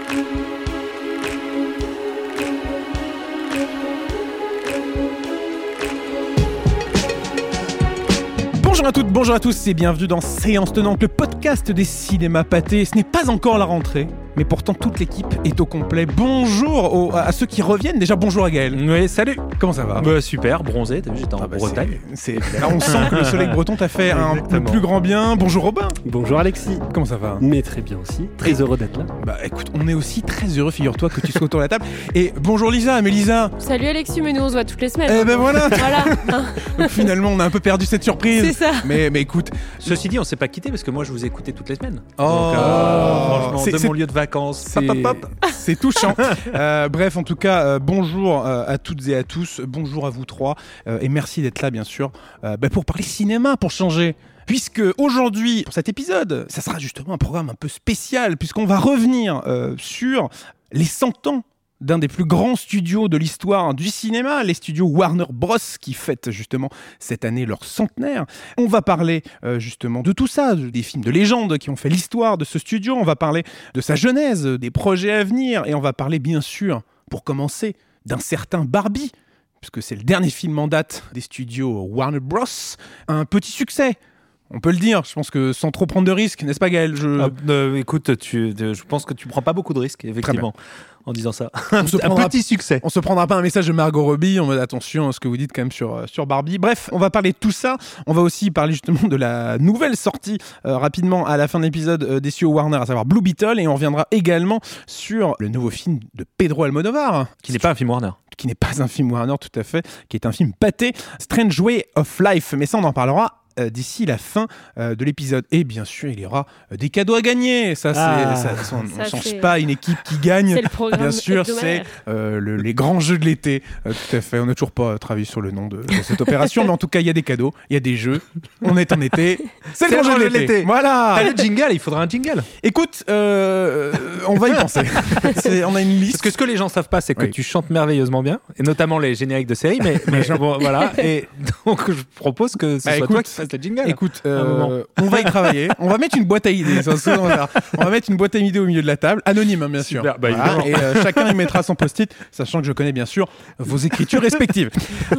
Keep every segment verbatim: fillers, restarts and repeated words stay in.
Bonjour à toutes, bonjour à tous et bienvenue dans Séance Tenante, le podcast des cinémas pâtés. Ce n'est pas encore la rentrée, mais pourtant toute l'équipe est au complet. Bonjour aux, à ceux qui reviennent. Déjà, bonjour à Gaël. Oui, salut. Comment ça va ? Bah, super, bronzé, t'as vu, j'étais en ah bah Bretagne. C'est, c'est... Là, on sent que le soleil breton t'a fait un, un plus grand bien. Bonjour Robin. Bonjour Alexis. Comment ça va ? Mais très bien aussi, très heureux d'être là. Bah écoute, on est aussi très heureux, figure-toi, que tu sois autour de la table. Et bonjour Lisa, mais Lisa. Salut Alexis, mais nous on se voit toutes les semaines. Eh ben voilà. Voilà. Donc finalement, on a un peu perdu cette surprise. C'est ça. Mais, mais écoute. Ceci dit, on s'est pas quitté parce que moi je vous écoutais toutes les semaines. Oh. Donc, euh, franchement, c'est, de c'est... mon lieu de vacances. C'est, pop, pop, pop. C'est touchant. euh, bref, en tout cas, euh, bonjour euh, à toutes et à tous. Bonjour à vous trois. Euh, et merci d'être là, bien sûr, euh, bah, pour parler cinéma, pour changer. Puisque aujourd'hui, pour cet épisode, ça sera justement un programme un peu spécial, puisqu'on va revenir euh, sur les cent ans d'un des plus grands studios de l'histoire du cinéma, les studios Warner Bros, qui fêtent justement cette année leur centenaire. On va parler euh, justement de tout ça, des films de légende qui ont fait l'histoire de ce studio. On va parler de sa genèse, des projets à venir, et on va parler bien sûr, pour commencer, d'un certain Barbie, puisque c'est le dernier film en date des studios Warner Bros. Un petit succès. On peut le dire, je pense que sans trop prendre de risques, n'est-ce pas Gaël ? je... Ah, euh, écoute, tu, de, je pense que tu prends pas beaucoup de risques, effectivement, en disant ça. On se un prendra, petit succès. On se prendra pas un message de Margot Robbie en mode attention à ce que vous dites quand même sur, sur Barbie. Bref, on va parler de tout ça. On va aussi parler justement de la nouvelle sortie euh, rapidement à la fin de l'épisode euh, des studios Warner, à savoir Blue Beetle. Et on reviendra également sur le nouveau film de Pedro Almodovar. Qui n'est pas un film Warner. Qui n'est pas un film Warner, tout à fait, qui est un film pâté, Strange Way of Life. Mais ça, on en parlera d'ici la fin euh, de l'épisode. Et bien sûr, il y aura euh, des cadeaux à gagner. Ça, ah, c'est, ça, ça on ne change c'est... pas une équipe qui gagne. C'est le programme bien sûr, c'est euh, le, les grands jeux de l'été. Euh, tout à fait. On n'a toujours pas travaillé sur le nom de, de cette opération, mais en tout cas, il y a des cadeaux, il y a des jeux. On est en été. C'est, c'est le grand jeu de l'été. l'été. Voilà. T'as le jingle, il faudra un jingle. Écoute, euh, on va y penser. c'est, on a une liste. Parce que ce que les gens savent pas, c'est que oui. tu chantes merveilleusement bien, et notamment les génériques de séries. Mais, mais bon, voilà. Et donc, je propose que ce bah, soit écoute, toi qui fasses le jingle. Écoute. Euh, on va y travailler. On va mettre une boîte à idées. Ça, ça, on, va on va mettre une boîte à idées au milieu de la table, anonyme hein, bien sûr. Super, bah, voilà, et euh, chacun y mettra son post-it, sachant que je connais bien sûr vos écritures respectives.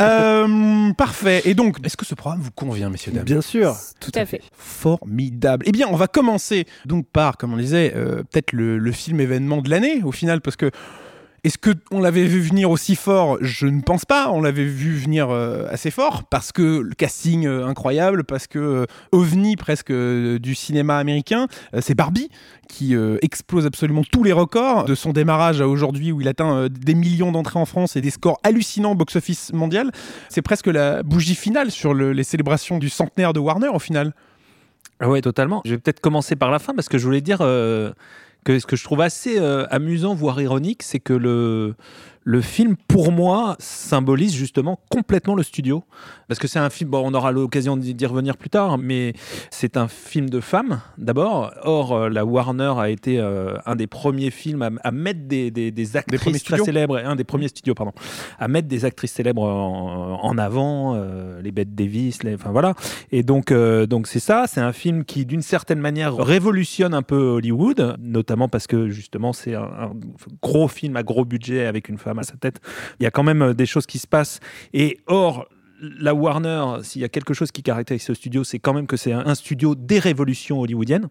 Euh, parfait. Et donc, est-ce que ce programme vous convient, messieurs dames ? Bien sûr. Tout, Tout à fait. fait. Formidable. Eh bien, on va commencer donc par, comme on disait, euh, peut-être le, le film événement de l'année au final, parce que. Est-ce qu'on l'avait vu venir aussi fort ? Je ne pense pas. On l'avait vu venir euh, assez fort parce que le casting euh, incroyable, parce que euh, ovni presque euh, du cinéma américain, euh, c'est Barbie qui euh, explose absolument tous les records de son démarrage à aujourd'hui où il atteint euh, des millions d'entrées en France et des scores hallucinants au box-office mondial. C'est presque la bougie finale sur le, les célébrations du centenaire de Warner au final. Ah ouais, totalement. Je vais peut-être commencer par la fin parce que je voulais dire... Euh... que ce que je trouve assez euh, amusant, voire ironique, c'est que le, le film, pour moi, symbolise justement complètement le studio. Parce que c'est un film, bon, on aura l'occasion d'y revenir plus tard, mais c'est un film de femmes, d'abord. Or, euh, la Warner a été euh, un des premiers films à, à mettre des, des, des actrices des très célèbres, un des premiers studios, pardon, à mettre des actrices célèbres en, en avant, euh, les Bette Davis, les, enfin voilà. Et donc, euh, donc c'est ça, c'est un film qui, d'une certaine manière, révolutionne un peu Hollywood, notamment parce que, justement, c'est un, un gros film à gros budget avec une femme à sa tête. Il y a quand même des choses qui se passent. Et or, la Warner, s'il y a quelque chose qui caractérise ce studio, c'est quand même que c'est un, un studio des révolutions hollywoodiennes.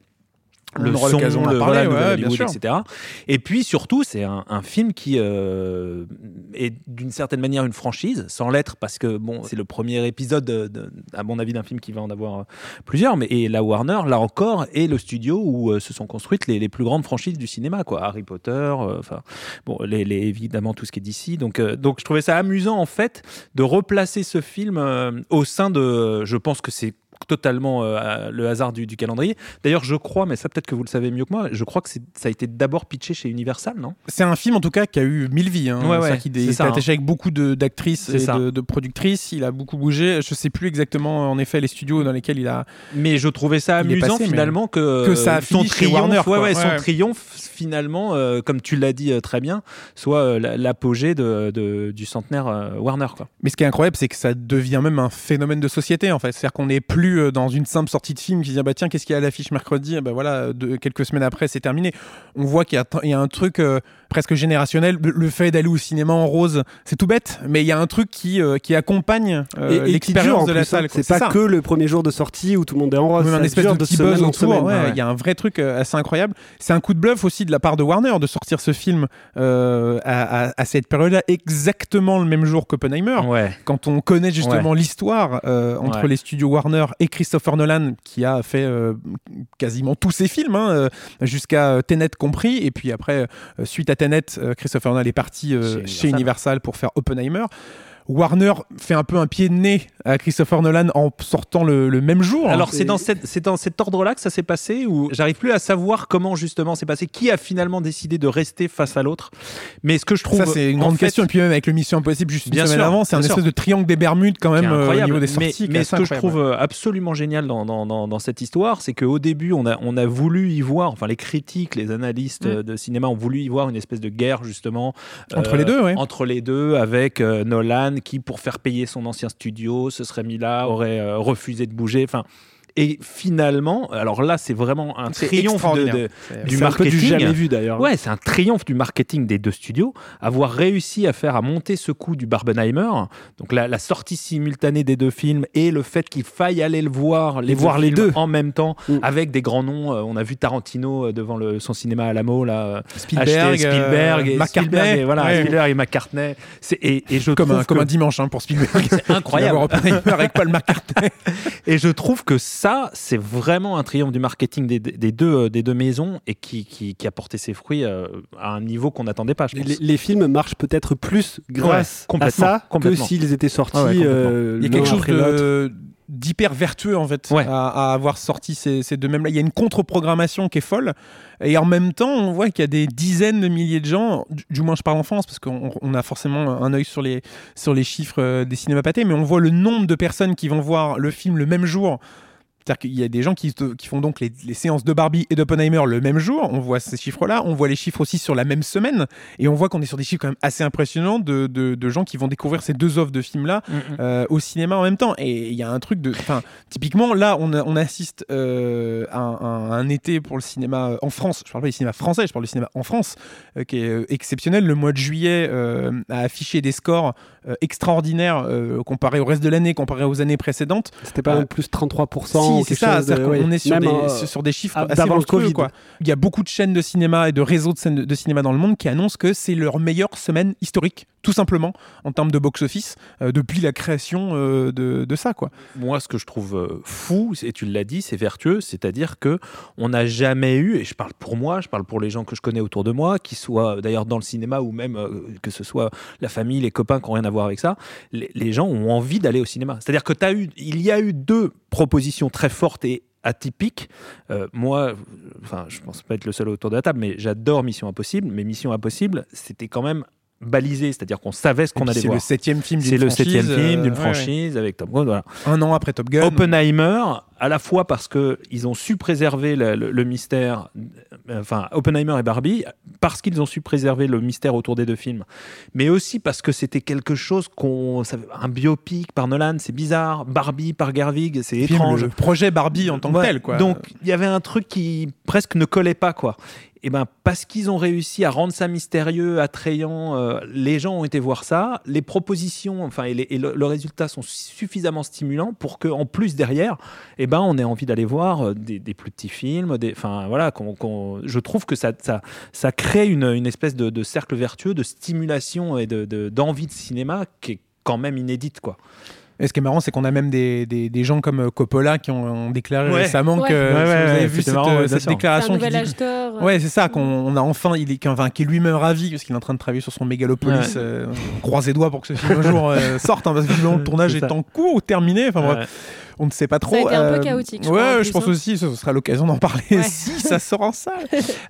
Le son, le voilà, ouais, Hollywood, et cetera. Et puis surtout, c'est un, un film qui euh, est d'une certaine manière une franchise, sans l'être, parce que bon, c'est le premier épisode, de, de, à mon avis, d'un film qui va en avoir plusieurs. Mais et la Warner, là encore, est le studio où euh, se sont construites les, les plus grandes franchises du cinéma, quoi. Harry Potter, enfin euh, bon, les, les, évidemment tout ce qui est d'ici. Donc, euh, donc, je trouvais ça amusant en fait de replacer ce film euh, au sein de. Je pense que c'est totalement euh, le hasard du, du calendrier. D'ailleurs, je crois, mais ça peut-être que vous le savez mieux que moi, je crois que c'est, ça a été d'abord pitché chez Universal, non ? C'est un film en tout cas qui a eu mille vies. Hein. Ouais, ouais, c'est il est attaché hein. avec beaucoup de, d'actrices c'est et de, de productrices. Il a beaucoup bougé. Je ne sais plus exactement en effet les studios dans lesquels il a. Mais je trouvais ça amusant passé, finalement que, que ça a son triomphe, Warner, ouais, ouais, ouais. son triomphe finalement, euh, comme tu l'as dit euh, très bien, soit euh, l'apogée de, de, du centenaire euh, Warner, quoi. Mais ce qui est incroyable, c'est que ça devient même un phénomène de société en fait. C'est-à-dire qu'on n'est plus plus euh, dans une simple sortie de film qui dit ah bah tiens qu'est-ce qu'il y a à l'affiche mercredi, ah bah voilà de, quelques semaines après c'est terminé. On voit qu'il y a, il y a un truc euh, presque générationnel. Le, le fait d'aller au cinéma en rose, c'est tout bête, mais il y a un truc qui euh, qui accompagne euh, et, et l'expérience de la salle. C'est, c'est pas ça. Que le premier jour de sortie où tout le monde est en rose. Oui, un espèce de petit de buzz autour. Il ouais, ouais. y a un vrai truc euh, assez incroyable. C'est un coup de bluff aussi de la part de Warner de sortir ce film euh, à, à, à cette période-là, exactement le même jour qu'Oppenheimer. Ouais. Quand on connaît justement ouais. l'histoire euh, entre ouais. les studios Warner et Christopher Nolan, qui a fait euh, quasiment tous ses films, hein, euh, jusqu'à Tenet compris. Et puis après, euh, suite à Tenet, euh, Christopher Nolan est parti euh, chez, Universal. chez Universal pour faire Oppenheimer. Warner fait un peu un pied de nez à Christopher Nolan en sortant le, le même jour. Alors hein. c'est dans, cette, c'est dans cet ordre-là que ça s'est passé, ou j'arrive plus à savoir comment justement c'est passé, qui a finalement décidé de rester face à l'autre. Mais ce que je trouve... Ça c'est une grande fait, question, et puis même avec le Mission Impossible juste une semaine sûr, avant, c'est un sûr. espèce de triangle des Bermudes quand même euh, au niveau des sorties. Mais, mais ce que je trouve absolument génial dans, dans, dans, dans cette histoire, c'est qu'au début on a, on a voulu y voir, enfin les critiques, les analystes mmh. de cinéma ont voulu y voir une espèce de guerre justement. Entre euh, les deux, oui. Entre les deux, avec euh, Nolan qui pour faire payer son ancien studio, se serait mis là, aurait euh, refusé de bouger. Enfin, et finalement, alors là, c'est vraiment un c'est triomphe de, de, c'est, du c'est marketing. Un peu du jamais vu d'ailleurs. Ouais, c'est un triomphe du marketing des deux studios, avoir réussi à faire à monter ce coup du Barbenheimer. Donc la, la sortie simultanée des deux films et le fait qu'il faille aller le voir, les, voir les deux en même temps, mmh. avec des grands noms. On a vu Tarantino devant le, son cinéma à Alamo, là, Spielberg, Spielberg, euh, et McCartney, Spielberg, et voilà, ouais. Spielberg et McCartney. C'est, et, et je comme un, que... comme un dimanche hein, pour Spielberg. C'est incroyable. Avec Paul McCartney. Et je trouve que ça, c'est vraiment un triomphe du marketing des, des, deux, des deux maisons et qui, qui, qui a porté ses fruits à un niveau qu'on n'attendait pas, je pense. Les, les films marchent peut-être plus grâce ouais, à ça que s'ils étaient sortis. Ah ouais, euh, Il y a quelque chose de, d'hyper vertueux en fait ouais. à, à avoir sorti ces, ces deux mêmes-là. Il y a une contre-programmation qui est folle et en même temps, on voit qu'il y a des dizaines de milliers de gens, du, du moins je parle en France parce qu'on on a forcément un œil sur les, sur les chiffres des cinémas pâtés, mais on voit le nombre de personnes qui vont voir le film le même jour. C'est-à-dire qu'il y a des gens qui, qui font donc les, les séances de Barbie et d'Oppenheimer le même jour. On voit ces chiffres-là. On voit les chiffres aussi sur la même semaine. Et on voit qu'on est sur des chiffres quand même assez impressionnants de, de, de gens qui vont découvrir ces deux offres de films-là mm-hmm. euh, au cinéma en même temps. Et il y a un truc de... Enfin, typiquement, là, on, a, on assiste euh, à, un, à un été pour le cinéma en France. Je ne parle pas du cinéma français, je parle du cinéma en France, euh, qui est euh, exceptionnel. Le mois de juillet euh, a affiché des scores euh, extraordinaires euh, comparés au reste de l'année, comparés aux années précédentes. C'était pas euh, un plus trente-trois pour cent Si, c'est ça, c'est-à-dire qu'on oui. est sur des, euh, sur des chiffres assez assez monstrueux, Covid. Quoi. Il y a beaucoup de chaînes de cinéma et de réseaux de, de, de cinéma dans le monde qui annoncent que c'est leur meilleure semaine historique, tout simplement, en termes de box-office, euh, depuis la création euh, de, de ça. Quoi. Moi, ce que je trouve euh, fou, et tu l'as dit, c'est vertueux, c'est-à-dire qu'on n'a jamais eu, et je parle pour moi, je parle pour les gens que je connais autour de moi, qui soient d'ailleurs dans le cinéma ou même euh, que ce soit la famille, les copains qui n'ont rien à voir avec ça, les, les gens ont envie d'aller au cinéma. C'est-à-dire que t'as eu, il y a eu deux propositions très fortes et atypique. Euh, moi, enfin, je pense pas être le seul autour de la table, mais j'adore Mission Impossible. Mais Mission Impossible, c'était quand même balisé, c'est-à-dire qu'on savait ce qu'on allait c'est voir. C'est le septième film d'une c'est franchise. C'est le septième film d'une euh, franchise ouais, ouais. avec Top Gun. Voilà. Un an après Top Gun. Oppenheimer, à la fois parce qu'ils ont su préserver le, le, le mystère, enfin Oppenheimer et Barbie, parce qu'ils ont su préserver le mystère autour des deux films, mais aussi parce que c'était quelque chose qu'on... Un biopic par Nolan, c'est bizarre. Barbie par Gerwig, c'est film, étrange. Le projet Barbie en tant ouais, que tel, quoi. Donc, il y avait un truc qui presque ne collait pas, quoi. Et ben parce qu'ils ont réussi à rendre ça mystérieux, attrayant, euh, les gens ont été voir ça. Les propositions, enfin et, les, et le, le résultat sont suffisamment stimulants pour que en plus derrière, et ben on ait envie d'aller voir des, des plus petits films. Enfin voilà, qu'on, qu'on, je trouve que ça ça ça crée une, une espèce de, de cercle vertueux de stimulation et de, de d'envie de cinéma qui est quand même inédite, quoi. Et ce qui est marrant, c'est qu'on a même des, des, des gens comme Coppola qui ont, ont déclaré ouais. récemment ouais. que ouais, ouais, ouais, vous avez ouais, vu cette, marrant, cette déclaration c'est un nouvel qui âge d'or. Ouais, c'est ça, qu'on on a enfin, il est, enfin, qui est lui-même ravi parce qu'il est en train de travailler sur son Mégalopolis. Ouais. Euh, croise les doigts pour que ce film un jour euh, sorte, hein, parce que le tournage est, est en cours ou terminé. Enfin bref. Ouais. On ne sait pas trop. Ça a été un euh, peu chaotique. Je ouais, crois, je pense hein. aussi, ce sera l'occasion d'en parler ouais. si ça sort en salle.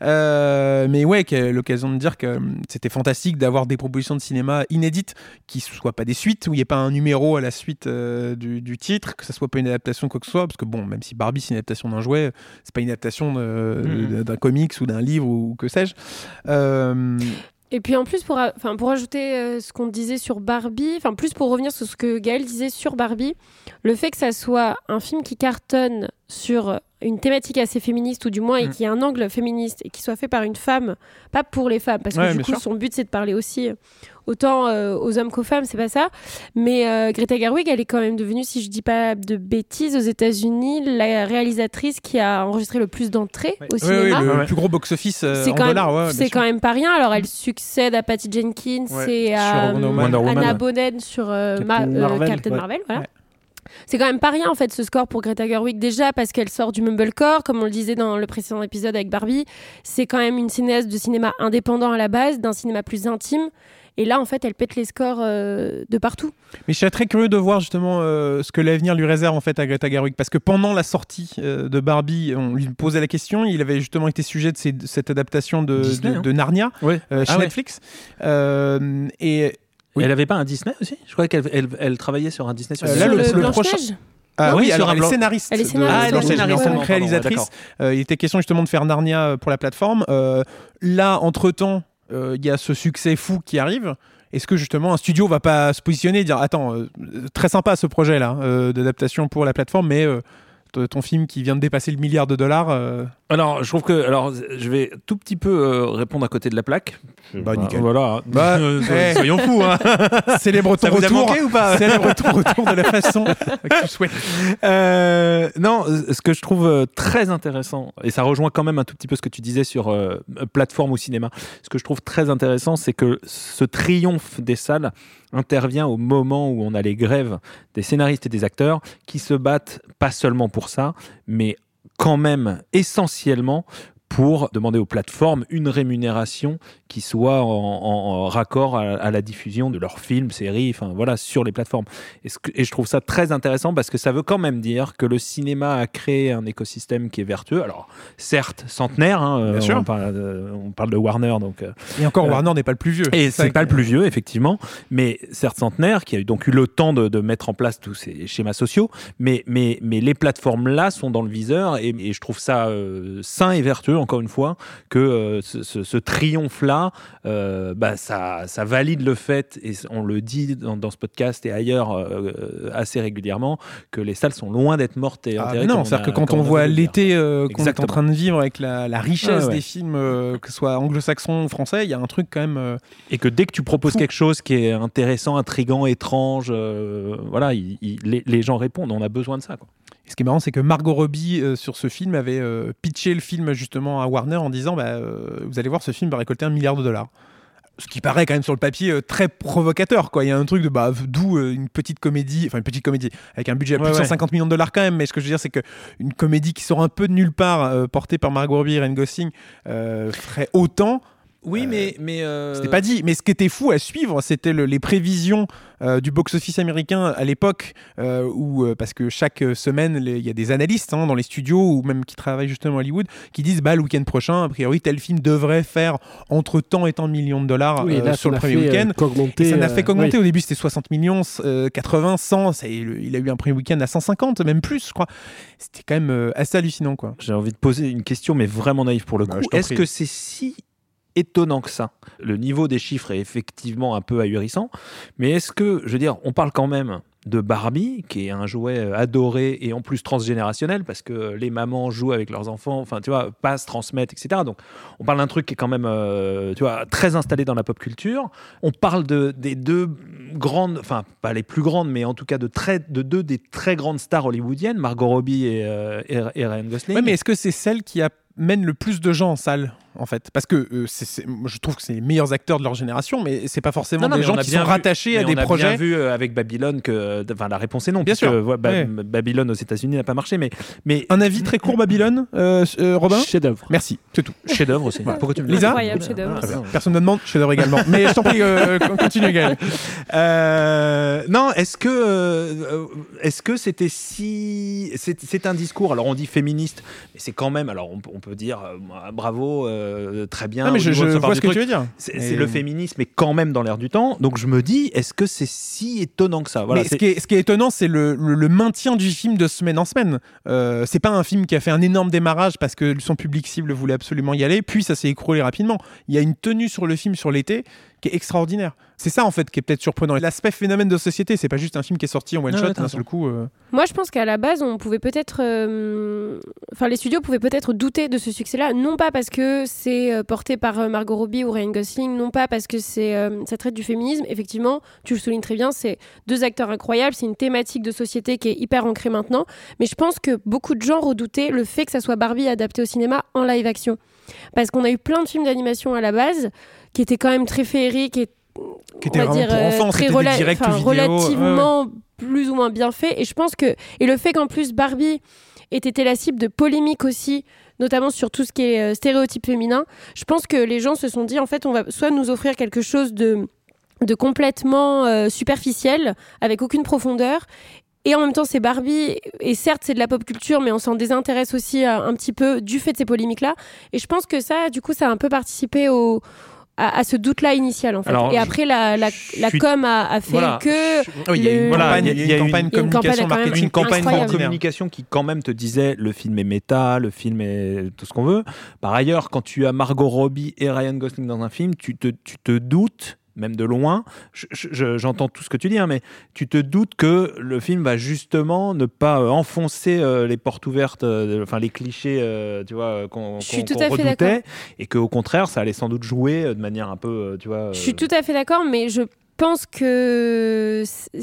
euh, mais ouais, l'occasion de dire que c'était fantastique d'avoir des propositions de cinéma inédites qui ne soient pas des suites, où il n'y ait pas un numéro à la suite euh, du, du titre, que ça soit pas une adaptation quoi que ce soit, parce que bon, même si Barbie c'est une adaptation d'un jouet, c'est pas une adaptation de, mmh. d'un comics ou d'un livre ou que sais-je. Euh, Et puis en plus, pour, enfin, pour ajouter euh, ce qu'on disait sur Barbie, enfin plus pour revenir sur ce que Gaël disait sur Barbie, le fait que ça soit un film qui cartonne sur une thématique assez féministe, ou du moins, mmh. et qui a un angle féministe, et qui soit fait par une femme, pas pour les femmes, parce que ouais, du coup, sûr. son but, c'est de parler aussi autant euh, aux hommes qu'aux femmes, c'est pas ça. Mais euh, Greta Gerwig, elle est quand même devenue, si je dis pas de bêtises, aux États-Unis, la réalisatrice qui a enregistré le plus d'entrées ouais. au oui, cinéma. Oui, le ouais. plus gros box-office euh, en dollars. Ouais, c'est quand même pas rien. Alors, elle succède à Patty Jenkins ouais. et à Wonder Wonder Woman. Anna Boden sur euh, Captain Ma- Marvel. Euh, Captain ouais. Marvel voilà. Ouais. C'est quand même pas rien en fait ce score pour Greta Gerwig, déjà parce qu'elle sort du mumblecore, comme on le disait dans le précédent épisode avec Barbie. C'est quand même une cinéaste de cinéma indépendant à la base, d'un cinéma plus intime. Et là, en fait, elle pète les scores euh, de partout. Mais je suis très curieux de voir justement euh, ce que l'avenir lui réserve en fait à Greta Gerwig, parce que pendant la sortie euh, de Barbie, on lui posait la question. Il avait justement été sujet de, ces, de cette adaptation de, Disney, de, hein. de Narnia ouais. euh, chez ah, Netflix. Ouais. Euh, et oui. Elle avait pas un Disney aussi ? Je croyais qu'elle elle, elle travaillait sur un Disney. Sur, euh, sur là, le, le, le prochain. Ah oui, oui, alors elle est scénariste. Elle est scénariste. Ah, elle est scénariste, ouais, ouais. réalisatrice. Euh, il était question justement de faire Narnia pour la plateforme. Euh, là, entre-temps, il euh, y a ce succès fou qui arrive. Est-ce que justement un studio va pas se positionner et dire attends, euh, très sympa ce projet-là euh, d'adaptation pour la plateforme, mais euh, ton film qui vient de dépasser le milliard de dollars. Euh... Alors, je trouve que, alors, je vais tout petit peu euh, répondre à côté de la plaque. Bah, nickel. Voilà. Bah, euh, hey. Soyons fous. Hein. Célèbre ton retour. Ça vous a manqué ou pas ? Célèbre ton retour de la façon que tu souhaites. Euh, non, ce que je trouve très intéressant, et ça rejoint quand même un tout petit peu ce que tu disais sur euh, plateforme ou cinéma. Ce que je trouve très intéressant, c'est que ce triomphe des salles intervient au moment où on a les grèves des scénaristes et des acteurs qui se battent pas seulement pour ça, mais quand même essentiellement pour demander aux plateformes une rémunération qui soit en, en, en raccord à, à la diffusion de leurs films, séries, enfin voilà, sur les plateformes. Et, ce que, et je trouve ça très intéressant parce que ça veut quand même dire que le cinéma a créé un écosystème qui est vertueux. Alors, certes, centenaire, hein, Bien sûr. On, parle de, on parle de Warner. Donc, et encore, euh, Warner n'est pas le plus vieux. Et c'est, c'est pas que... le plus vieux, effectivement, mais certes centenaire, qui a donc eu le temps de, de mettre en place tous ces schémas sociaux, mais, mais, mais les plateformes-là sont dans le viseur et, et je trouve ça euh, sain et vertueux, encore une fois, que euh, ce, ce, ce triomphe-là, Euh, bah ça, ça valide le fait, et on le dit dans, dans ce podcast et ailleurs euh, assez régulièrement, que les salles sont loin d'être mortes et enterrées. Ah non, c'est-à-dire que quand on, on voit l'été euh, qu'on est en train de vivre avec la, la richesse ah ouais. des films, euh, que ce soit anglo-saxon ou français, il y a un truc quand même... Euh, et que dès que tu proposes fou. quelque chose qui est intéressant, intriguant, étrange, euh, voilà, il, il, les, les gens répondent, on a besoin de ça, quoi. Ce qui est marrant, c'est que Margot Robbie, euh, sur ce film, avait euh, pitché le film justement à Warner en disant bah, euh, vous allez voir, ce film va récolter un milliard de dollars. Ce qui paraît quand même sur le papier euh, très provocateur, quoi. Il y a un truc de bah, d'où euh, une petite comédie, enfin une petite comédie avec un budget à plus ouais, de cent cinquante ouais. millions de dollars quand même. Mais ce que je veux dire, c'est qu'une comédie qui sort un peu de nulle part, euh, portée par Margot Robbie et Ryan Gosling, euh, ferait autant. Oui, euh, mais, mais euh... c'était pas dit. Mais ce qui était fou à suivre, c'était le, les prévisions euh, du box-office américain à l'époque, euh, où euh, parce que chaque semaine, il y a des analystes hein, dans les studios ou même qui travaillent justement à Hollywood, qui disent bah le week-end prochain, a priori, tel film devrait faire entre tant et tant de millions de dollars oui, euh, là, sur le premier week-end. Euh, et ça n'a fait qu'augmenter. Oui. Au début, c'était soixante millions, euh, quatre-vingts, cent. Ça, il a eu un premier week-end à cent cinquante, même plus, je crois. C'était quand même euh, assez hallucinant, quoi. J'ai envie de poser une question, mais vraiment naïve pour le coup. Bah, Est-ce prie. que c'est si étonnant que ça? Le niveau des chiffres est effectivement un peu ahurissant, mais est-ce que, je veux dire, on parle quand même de Barbie, qui est un jouet adoré et en plus transgénérationnel, parce que les mamans jouent avec leurs enfants, enfin, tu vois, passent, transmettent, et cetera. Donc, on parle d'un truc qui est quand même, euh, tu vois, très installé dans la pop culture. On parle de, des deux grandes, enfin, pas les plus grandes, mais en tout cas de, très, de deux des très grandes stars hollywoodiennes, Margot Robbie et, euh, et, et Ryan Gosling. Ouais, mais est-ce que c'est celle qui amène le plus de gens en salle, en fait? Parce que euh, c'est, c'est, je trouve que c'est les meilleurs acteurs de leur génération, mais c'est pas forcément non, non, des gens qui sont vu, rattachés à des on projets. On a bien vu euh, avec Babylone que, enfin, la réponse est non. Bien sûr. Que, ouais, ba- ouais. Babylone aux États-Unis n'a pas marché, mais, mais un avis très court, Babylone, euh, euh, Robin. Chef-d'œuvre. Merci, c'est tout. Chef-d'œuvre aussi. Voilà. Pourquoi tu me Lisa? Incroyable, chef-d'œuvre. Ah, personne ne demande, chef-d'œuvre également. Mais je t'en prie, euh, continue, Gaël. Euh, non, est-ce que, euh, est-ce que c'était si, c'est, c'est un discours. Alors on dit féministe, mais c'est quand même. Alors on, on peut dire euh, bravo. Euh, euh, très bien. Non, mais je, je vois ce que truc. tu veux dire. C'est, et... c'est le féminisme, mais quand même dans l'air du temps. Donc je me dis, est-ce que c'est si étonnant que ça? Voilà, mais ce qui, est, ce qui est étonnant, c'est le, le, le maintien du film de semaine en semaine. Euh, c'est pas un film qui a fait un énorme démarrage parce que son public cible voulait absolument y aller, puis ça s'est écroulé rapidement. Il y a une tenue sur le film sur l'été qui est extraordinaire. C'est ça en fait qui est peut-être surprenant. L'aspect phénomène de société, c'est pas juste un film qui est sorti en one shot d'un seul coup. Euh... Moi, je pense qu'à la base, on pouvait peut-être, euh... enfin, les studios pouvaient peut-être douter de ce succès-là, non pas parce que c'est euh, porté par euh, Margot Robbie ou Ryan Gosling, non pas parce que c'est euh, ça traite du féminisme. Effectivement, tu le soulignes très bien, c'est deux acteurs incroyables, c'est une thématique de société qui est hyper ancrée maintenant. Mais je pense que beaucoup de gens redoutaient le fait que ça soit Barbie adapté au cinéma en live action, parce qu'on a eu plein de films d'animation à la base qui étaient quand même très féeriques et qui était vraiment dire, pour enfants, très c'était rela- des directs vidéo, relativement ouais. plus ou moins bien fait. Et je pense que et le fait qu'en plus Barbie ait été la cible de polémiques aussi, notamment sur tout ce qui est euh, stéréotype féminin, je pense que les gens se sont dit en fait on va soit nous offrir quelque chose de de complètement euh, superficiel avec aucune profondeur. Et en même temps, c'est Barbie, et certes, c'est de la pop culture, mais on s'en désintéresse aussi euh, un petit peu du fait de ces polémiques-là. Et je pense que ça, du coup, ça a un peu participé au, à, à ce doute-là initial, en fait. Alors, et après, la, la, la suis... com a, a fait voilà. que... Il y a une campagne, il y a une campagne communication marketing. Une campagne de communication qui, quand même, te disait le film est méta, le film est tout ce qu'on veut. Par ailleurs, quand tu as Margot Robbie et Ryan Gosling dans un film, tu te, tu te doutes... même de loin, je, je, j'entends tout ce que tu dis, hein, mais tu te doutes que le film va justement ne pas euh, enfoncer euh, les portes ouvertes, euh, enfin les clichés, euh, tu vois, qu'on, qu'on, qu'on redoutait, et qu'au contraire, ça allait sans doute jouer euh, de manière un peu, euh, tu vois. Euh... Je suis tout à fait d'accord, mais je pense que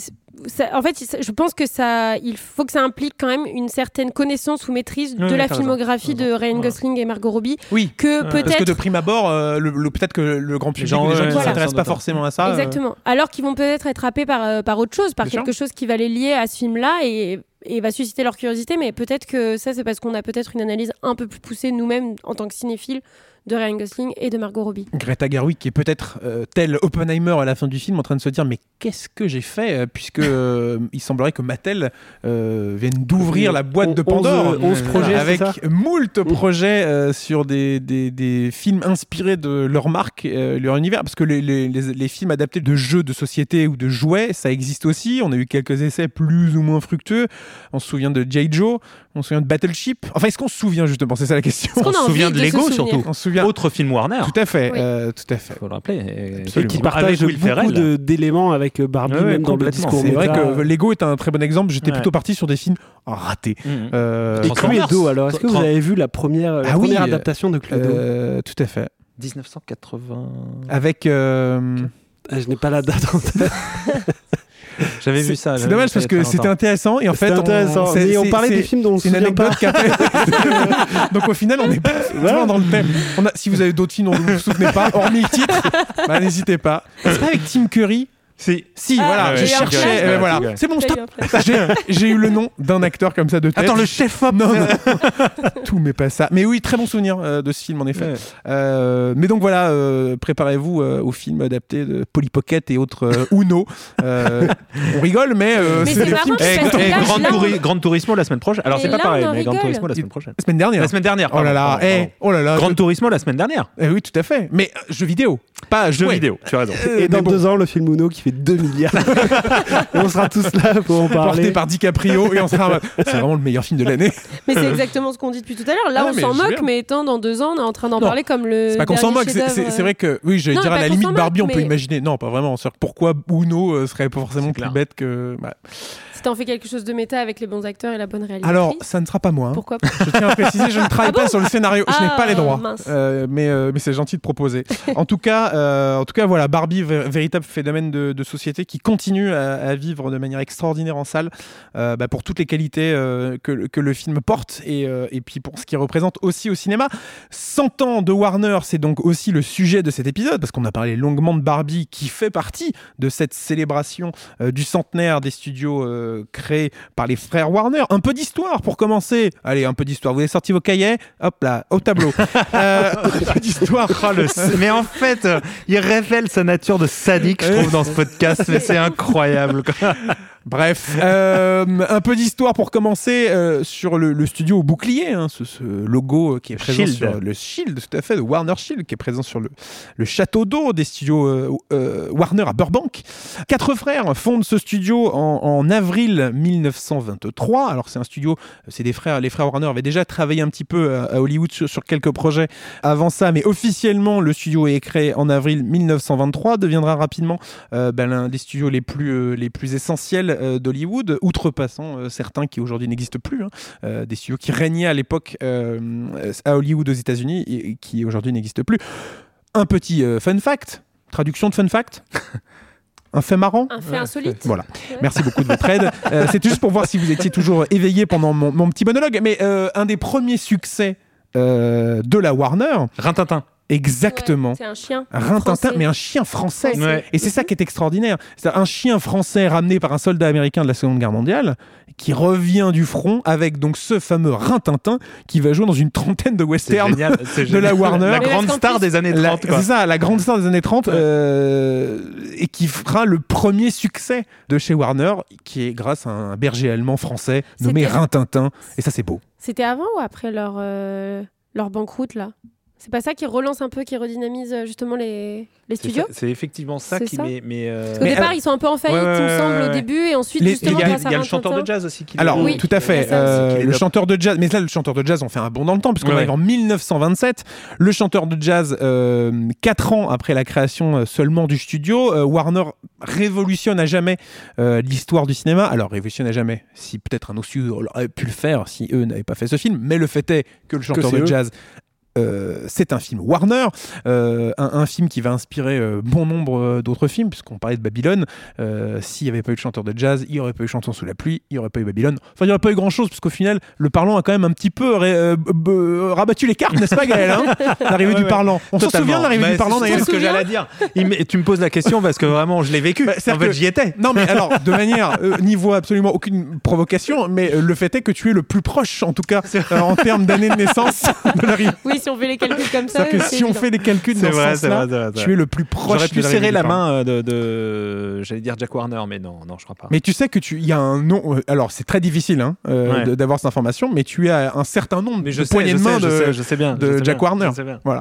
ça, en fait, je pense que ça, il faut que ça implique quand même une certaine connaissance ou maîtrise oui, de oui, la filmographie raison. de Ryan Voilà. Gosling et Margot Robbie. Oui, que ouais. peut-être parce que de prime abord, euh, le, le, peut-être que le grand public, les gens, les gens ouais, qui ne voilà. s'intéressent pas forcément à ça. Exactement. Euh... Alors qu'ils vont peut-être être happés par, euh, par autre chose, par Bien quelque sûr. chose qui va les lier à ce film-là et, et va susciter leur curiosité. Mais peut-être que ça, c'est parce qu'on a peut-être une analyse un peu plus poussée nous-mêmes en tant que cinéphiles de Ryan Gosling et de Margot Robbie. Greta Gerwig qui est peut-être euh, tel Oppenheimer à la fin du film en train de se dire mais qu'est-ce que j'ai fait puisque euh, il semblerait que Mattel euh, vienne d'ouvrir la boîte de Pandore onze projets avec moult projets euh, sur des, des, des films inspirés de leur marque, euh, leur univers, parce que les, les, les, les films adaptés de jeux de société ou de jouets, ça existe aussi. On a eu quelques essais plus ou moins fructueux. On se souvient de G I. Joe, on se souvient de Battleship. Enfin, est-ce qu'on se souvient justement? C'est ça la question. On se souvient de Lego surtout. On se souvient autre film Warner. Tout à fait, oui. euh, tout à fait. Faut le rappeler. Et qui partage beaucoup de, d'éléments avec Barbie, ouais, même dans le discours. C'est vrai que Lego est un très bon exemple. J'étais ouais. plutôt parti sur des films ratés. Mmh. Euh, et Cluedo, alors, est-ce que vous avez vu la première, la ah première oui, adaptation de Cluedo? euh, Tout à fait. dix-neuf cent quatre-vingts Avec. Euh... Je n'ai pas la date en tête. J'avais vu ça. C'est dommage parce que c'était intéressant et en fait, intéressant. On, mais on parlait des films dont on se souvient pas. Donc au final, on est pas voilà. dans le thème. On a, si vous avez d'autres films dont vous vous souvenez pas, hormis le titre, bah, n'hésitez pas. C'est pas avec Tim Curry? Si, si, ah, voilà, ouais, je cherchais, euh, voilà. Ouais. C'est bon, stop. J'ai, j'ai eu le nom d'un acteur comme ça de tête. Attends, le chef-op. Non, non. Tout, mais pas ça. Mais oui, très bon souvenir euh, de ce film en effet. Ouais. Euh, mais donc voilà, euh, préparez-vous euh, au film adapté de Polly Pocket et autres euh, Uno. Euh, on rigole, mais, euh, mais c'est, c'est des films. Et, et Grand, Touri- Grand Turismo la semaine prochaine. Alors mais c'est pas pareil, mais rigole. Grand Turismo la semaine prochaine. La semaine dernière. La semaine dernière. Oh là là, eh, oh là là. Grand Turismo la semaine dernière. Eh oui, tout à fait. Mais euh, jeux vidéo, pas jeux ouais. vidéo. Tu as raison. Et dans bon. deux ans, le film Uno qui fait deux milliards. Et on sera tous là pour en parler. Porté par DiCaprio et on sera. C'est vraiment le meilleur film de l'année. Mais c'est exactement ce qu'on dit depuis tout à l'heure. Là, ah, on s'en moque, bien. mais étant dans deux ans, on est en train d'en non. parler comme le. C'est pas qu'on s'en moque. C'est, c'est, c'est vrai que oui, je vais dire à la limite Barbie, on peut imaginer. Non, pas vraiment. C'est pourquoi Uno serait pas forcément plus bête que. Bah. Si t'en fais quelque chose de méta avec les bons acteurs et la bonne réalisation. Alors, ça ne sera pas moi. Hein. Pourquoi pas? Je tiens à préciser, je ne travaille ah bon pas sur le scénario. Je ah, n'ai pas les droits. Euh, mais, euh, mais c'est gentil de proposer. en tout cas, euh, en tout cas, voilà, Barbie, v- véritable phénomène de, de société qui continue à, à vivre de manière extraordinaire en salle, euh, bah, pour toutes les qualités euh, que, que le film porte et, euh, et puis pour ce qu'il représente aussi au cinéma. cent ans de Warner, c'est donc aussi le sujet de cet épisode, parce qu'on a parlé longuement de Barbie, qui fait partie de cette célébration euh, du centenaire des studios euh, créés par les frères Warner. Un peu d'histoire pour commencer. Allez, un peu d'histoire. Vous avez sorti vos cahiers, hop là, au tableau. euh, un peu d'histoire. Oh, le... Mais en fait, euh, il révèle sa nature de sadique, je trouve, dans ce podcast. Mais c'est incroyable. Bref, euh, un peu d'histoire pour commencer euh, sur le, le studio au bouclier, hein, ce, ce logo qui est présent Shield. sur le Shield, tout à fait, de Warner Shield, qui est présent sur le, le château d'eau des studios euh, euh, Warner à Burbank. Quatre frères fondent ce studio en, en avril mille neuf cent vingt-trois. Alors c'est un studio, c'est des frères, les frères Warner avaient déjà travaillé un petit peu à, à Hollywood sur, sur quelques projets avant ça, mais officiellement le studio est créé en avril mille neuf cent vingt-trois, deviendra rapidement euh, ben, l'un des studios les plus, euh, les plus essentiels euh, d'Hollywood, outrepassant euh, certains qui aujourd'hui n'existent plus, hein, euh, des studios qui régnaient à l'époque euh, à Hollywood aux États-Unis et qui aujourd'hui n'existent plus. Un petit euh, fun fact, traduction de fun fact. Un fait marrant. Un fait insolite. Voilà. Ouais. Merci beaucoup de votre aide. Euh, C'était juste pour voir si vous étiez toujours éveillé pendant mon, mon petit monologue. Mais euh, un des premiers succès euh, de la Warner, Rintintin. exactement. Ouais, c'est un chien. Rintintin, français. mais un chien français. Français. Ouais. Et c'est ça qui est extraordinaire. C'est un chien français ramené par un soldat américain de la Seconde Guerre mondiale qui revient du front avec donc ce fameux Rintintin qui va jouer dans une trentaine de C'est westerns génial. C'est de la génial. Warner. La Mais grande parce qu'en star plus- des années La- trente. quoi. C'est ça, la grande star des années trente, Ouais. euh, et qui fera le premier succès de chez Warner, qui est grâce à un berger allemand français nommé C'était- Rintintin. Et ça, c'est beau. C'était avant ou après leur, euh, leur banqueroute, là? C'est pas ça qui relance un peu, qui redynamise euh, justement les, les C'est studios? ça- C'est effectivement ça C'est qui ça. met. mais, euh, Parce qu'au Mais, départ, euh, ils sont un peu en faillite, ouais, ouais, il me semble, ouais, au ouais. début, et ensuite, Les- justement, Il y a, grâce il à y a le chanteur Rintintin. de jazz aussi qui Alors, Oui, tout à fait. il y a ça aussi. euh, Qui les le dope. chanteur de jazz, mais là, le chanteur de jazz, on fait un bond dans le temps, puisqu'on Ouais, arrive ouais. en mille neuf cent vingt-sept. Le chanteur de jazz, euh, quatre ans après la création euh, seulement du studio, euh, Warner révolutionne à jamais euh, l'histoire du cinéma. Alors, révolutionne à jamais, si peut-être un autre studio aurait pu le faire, si eux n'avaient pas fait ce film, mais le fait est que le chanteur c'est de eux. jazz. Euh, c'est un film Warner, euh, un, un film qui va inspirer euh, bon nombre euh, d'autres films, puisqu'on parlait de Babylone. Euh, S'il n'y avait pas eu de chanteur de jazz, il n'y aurait pas eu Chanson sous la pluie, il n'y aurait pas eu Babylone. Enfin, il n'y aurait pas eu grand-chose, puisqu'au final, le parlant a quand même un petit peu ré- euh, b- b- rabattu les cartes, n'est-ce pas, Gaël, hein, l'arrivée Ouais, du ouais. parlant. On s'en Totalement. souvient de l'arrivée Bah, du parlant, c'est- d'ailleurs. C'est ce que Souviens j'allais dire. Il me- tu me poses la question parce que vraiment, je l'ai vécu. Bah, en c'est-à-dire fait, que- j'y étais. Non, mais alors, de manière, euh, n'y voit absolument aucune provocation, mais euh, le fait est que tu es le plus proche, en tout cas, euh, en termes d'année de naissance, de l'arrivée. Oui, si on fait les calculs comme ça. C'est-à-dire que c'est si on évident. fait des calculs C'est dans ce vrai, c'est sens-là, vrai, c'est vrai, c'est tu vrai. es le plus proche. J'aurais pu de l'arrivée serrer du la parlant. main euh, de, de- j'allais dire Jack Warner, mais non, non, je crois pas. Mais tu sais que tu, il y a un nom. euh, alors c'est très difficile hein, euh, Ouais. de- d'avoir cette information, mais tu as un certain nombre Mais de je sais, poignées je de main sais, de, je sais, je sais bien, de je sais Jack bien, Warner. je sais bien. Voilà.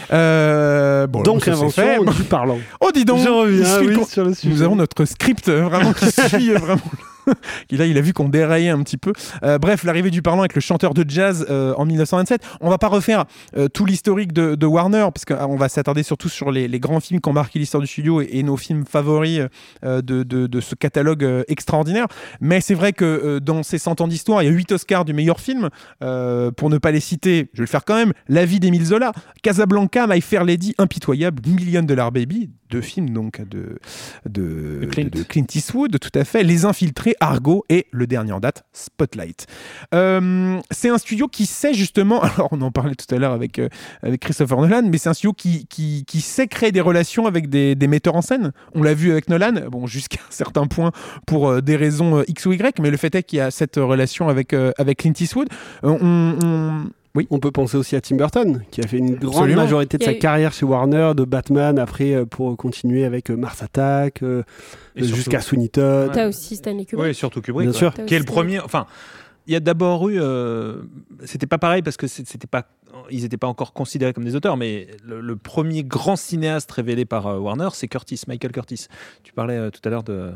Euh, bon, Donc, ça, c'est invention fait. du parlant. Oh dis donc. Je il reviens suit le oui, con- sur le sujet. Nous avons notre script euh, vraiment qui suit euh, vraiment. Et là, il a vu qu'on déraillait un petit peu. Euh, bref, l'arrivée du parlant avec le chanteur de jazz euh, en mille neuf cent vingt-sept. On va pas refaire euh, tout l'historique de, de Warner, parce qu'on va s'attarder surtout sur les, les grands films qui ont marqué l'histoire du studio et, et nos films favoris euh, de, de, de ce catalogue euh, extraordinaire. Mais c'est vrai que euh, dans ces cent ans d'histoire, il y a huit Oscars du meilleur film. Euh, pour ne pas les citer, je vais le faire quand même. La vie d'Émile Zola, Casablanca, My Fair Lady, Impitoyable, Million Dollar Baby, deux films donc de, de, De Clint. de- de Clint Eastwood, tout à fait. Les Infiltrés, Argo et le dernier en date, Spotlight. Euh, c'est un studio qui sait justement, alors on en parlait tout à l'heure avec, euh, avec Christopher Nolan, mais c'est un studio qui, qui, qui sait créer des relations avec des, des metteurs en scène. On l'a vu avec Nolan, bon, jusqu'à un certain point pour euh, des raisons euh, X ou Y, mais le fait est qu'il y a cette relation avec, euh, avec Clint Eastwood. Euh, on, on- Oui. On peut penser aussi à Tim Burton, qui a fait une grande Absolument. majorité de Il y a sa eu- carrière chez Warner, de Batman, après euh, pour continuer avec euh, Mars Attack, euh, Et euh, surtout- jusqu'à Sweeney Todd. T'as aussi Stanley Kubrick. Oui, surtout Kubrick. Bien ouais. sûr. T'as Qui est le aussi- premier. Enfin, il y a d'abord eu. euh, c'était pas pareil parce que c'est- c'était pas. Ils n'étaient pas encore considérés comme des auteurs, mais le, le premier grand cinéaste révélé par euh, Warner, c'est Curtis, Michael Curtis. Tu parlais euh, tout à l'heure de.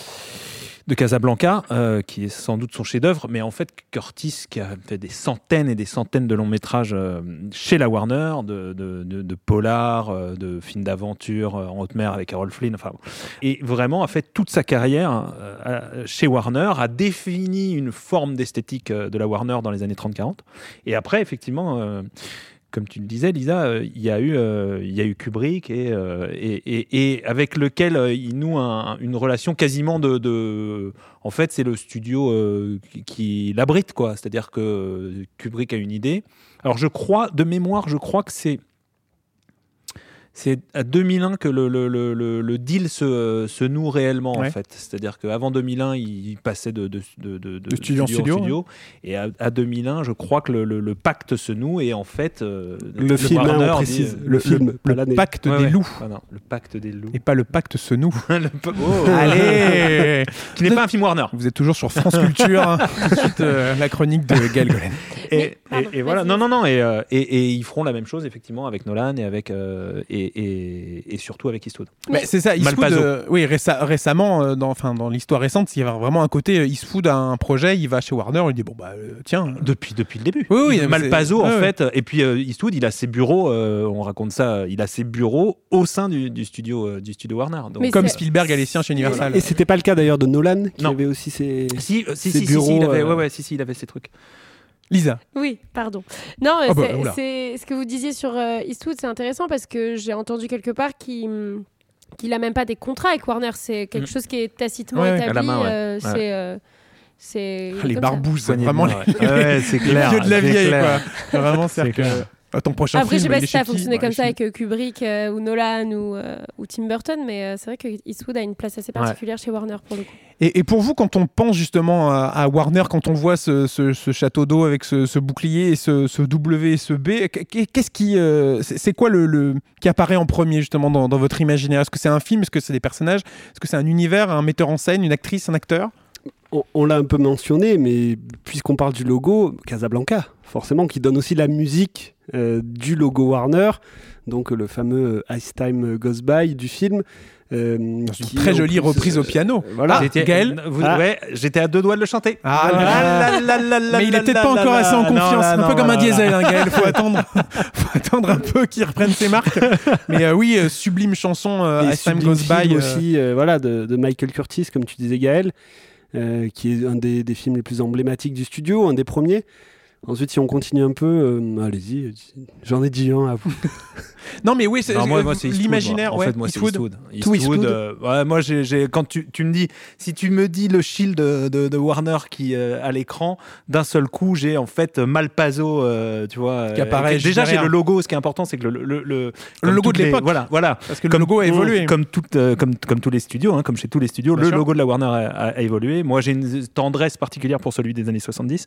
de Casablanca, euh, qui est sans doute son chef-d'œuvre, mais en fait Curtis qui a fait des centaines et des centaines de longs métrages euh, chez la Warner, de, de, de, de polars, euh, de films d'aventure euh, en haute mer avec Errol Flynn, enfin, bon. Et vraiment a fait toute sa carrière euh, chez Warner, a défini une forme d'esthétique euh, de la Warner dans les années trente quarante, et après effectivement. Euh, comme tu le disais, Lisa, euh, il y a eu, euh, il y a eu Kubrick et, euh, et, et, et avec lequel euh, il noue un- une relation quasiment de, de- en fait, c'est le studio euh, qui, qui l'abrite, quoi. C'est-à-dire que Kubrick a une idée. Alors, je crois, de mémoire, je crois que c'est c'est à deux mille un que le, le, le, le, le deal se, se noue réellement, Ouais. en fait. C'est-à-dire qu'avant deux mille un, il passait de, de, de, de, De studio en studio, et à, à deux mille un, je crois que le, le, le pacte se noue, et en fait... euh, Le film, hein, Warner on dit, précise. euh, Le, Le, film, pas le l'année. pacte ouais, des ouais. loups. Ah non, le pacte des loups. Et pas le pacte se noue. Le pa- oh. Allez Qui n'est pas un film Warner. Vous êtes toujours sur France Culture. Hein. Ensuite, euh, la chronique de Gaël Golen. Et, Mais, pardon, et, et voilà, vas-y. non, non, non, et, euh, et, et ils feront la même chose effectivement avec Nolan et avec euh, et, et, et surtout avec Eastwood. Mais c'est ça, Eastwood, Malpazzo. euh, oui, réca- récemment, euh, dans, enfin, dans l'histoire récente, il y avait vraiment un côté, euh, Eastwood a un projet, il va chez Warner, il dit, bon, bah, euh, tiens. Depuis, depuis le début. Oui, oui, Il- mais Malpazzo, c'est- en ouais, fait, et puis euh, Eastwood, il a ses bureaux, euh, on raconte ça, il a ses bureaux au sein du, du studio, euh, du studio Warner. Donc, Mais Comme c'est- Spielberg a les siens chez Universal. Et c'était pas le cas d'ailleurs de Nolan, qui Non. avait aussi ses. si, euh, si, ses si, si, bureaux, si, il avait, euh, ouais, ouais, si, si, il avait ces trucs. Lisa. Oui, pardon. Non, Oh bah, c'est, oula. c'est- ce que vous disiez sur euh, Eastwood, c'est intéressant parce que j'ai entendu quelque part qu'il hum, qu'il a même pas des contrats avec Warner. C'est quelque Mm. chose qui est tacitement Ouais, ouais. établi. À la main, ouais. euh, Ouais. C'est, euh, c'est Ah, les comme ça. barbouzes, Poignée de vraiment main, les, ouais. Ouais, c'est les clair. vieux de la c'est vieille, clair. quoi. Vraiment, c'est-à-dire C'est que clair. euh, ton prochain Après, je sais film, pas il est si ça a chez qui fonctionné Bah, comme chez ça qui avec euh, Kubrick euh, ou Nolan ou, euh, ou Tim Burton, mais euh, c'est vrai que Eastwood a une place assez particulière chez Warner pour le coup. Et, et pour vous, quand on pense justement à, à Warner, quand on voit ce, ce- ce château d'eau avec ce, ce bouclier et ce, ce W et ce B, qu- qu'est-ce qui, euh, c'est c'est quoi le, le- qui apparaît en premier justement dans, dans votre imaginaire? Est-ce que c'est un film? Est-ce que c'est des personnages? Est-ce que c'est un univers, un metteur en scène, une actrice, un acteur? On, on l'a un peu mentionné, mais puisqu'on parle du logo, Casablanca, forcément, qui donne aussi la musique euh, du logo Warner, donc euh, le fameux euh, As Time Goes By du film. euh, Une qui très est en jolie plus, reprise euh, au piano. Voilà. J'étais- Gaël vous- Ah. ouais, j'étais à deux doigts de le chanter. Ah là là. Mais il est peut-être pas encore assez en confiance, un peu comme un diesel, hein, Gaël. Faut attendre, faut attendre un peu qu'il reprenne ses marques. Mais euh, oui, euh, sublime chanson, euh, Et As Time sublime Goes film By. euh, aussi, euh, voilà, de, de Michael Curtis, comme tu disais, Gaël, euh, qui est un des, des films les plus emblématiques du studio, un des premiers. Ensuite, si on continue un peu, euh, allez-y, j'en ai dit un à vous. Non, mais oui, c'est Non, moi, euh, moi, c'est Eastwood, l'imaginaire. moi. En ouais, fait, moi, c'est Eastwood. Eastwood. Tout Eastwood, Eastwood. euh, ouais, moi, j'ai, j'ai- quand tu, tu me dis, si tu me dis le shield de, de, de Warner qui euh, à l'écran, d'un seul coup, j'ai en fait Malpazzo, euh, tu vois. Qui euh, apparaît et que- déjà, j'ai derrière. le logo. Ce qui est important, c'est que le, le, le, comme logo toutes de les- l'époque. Voilà, voilà. Parce que le logo a évolué. Comme, toute, euh, comme, comme tous les studios, hein, comme chez tous les studios, Bien le sûr. logo de la Warner a, a- a évolué. Moi, j'ai une tendresse particulière pour celui des années soixante-dix,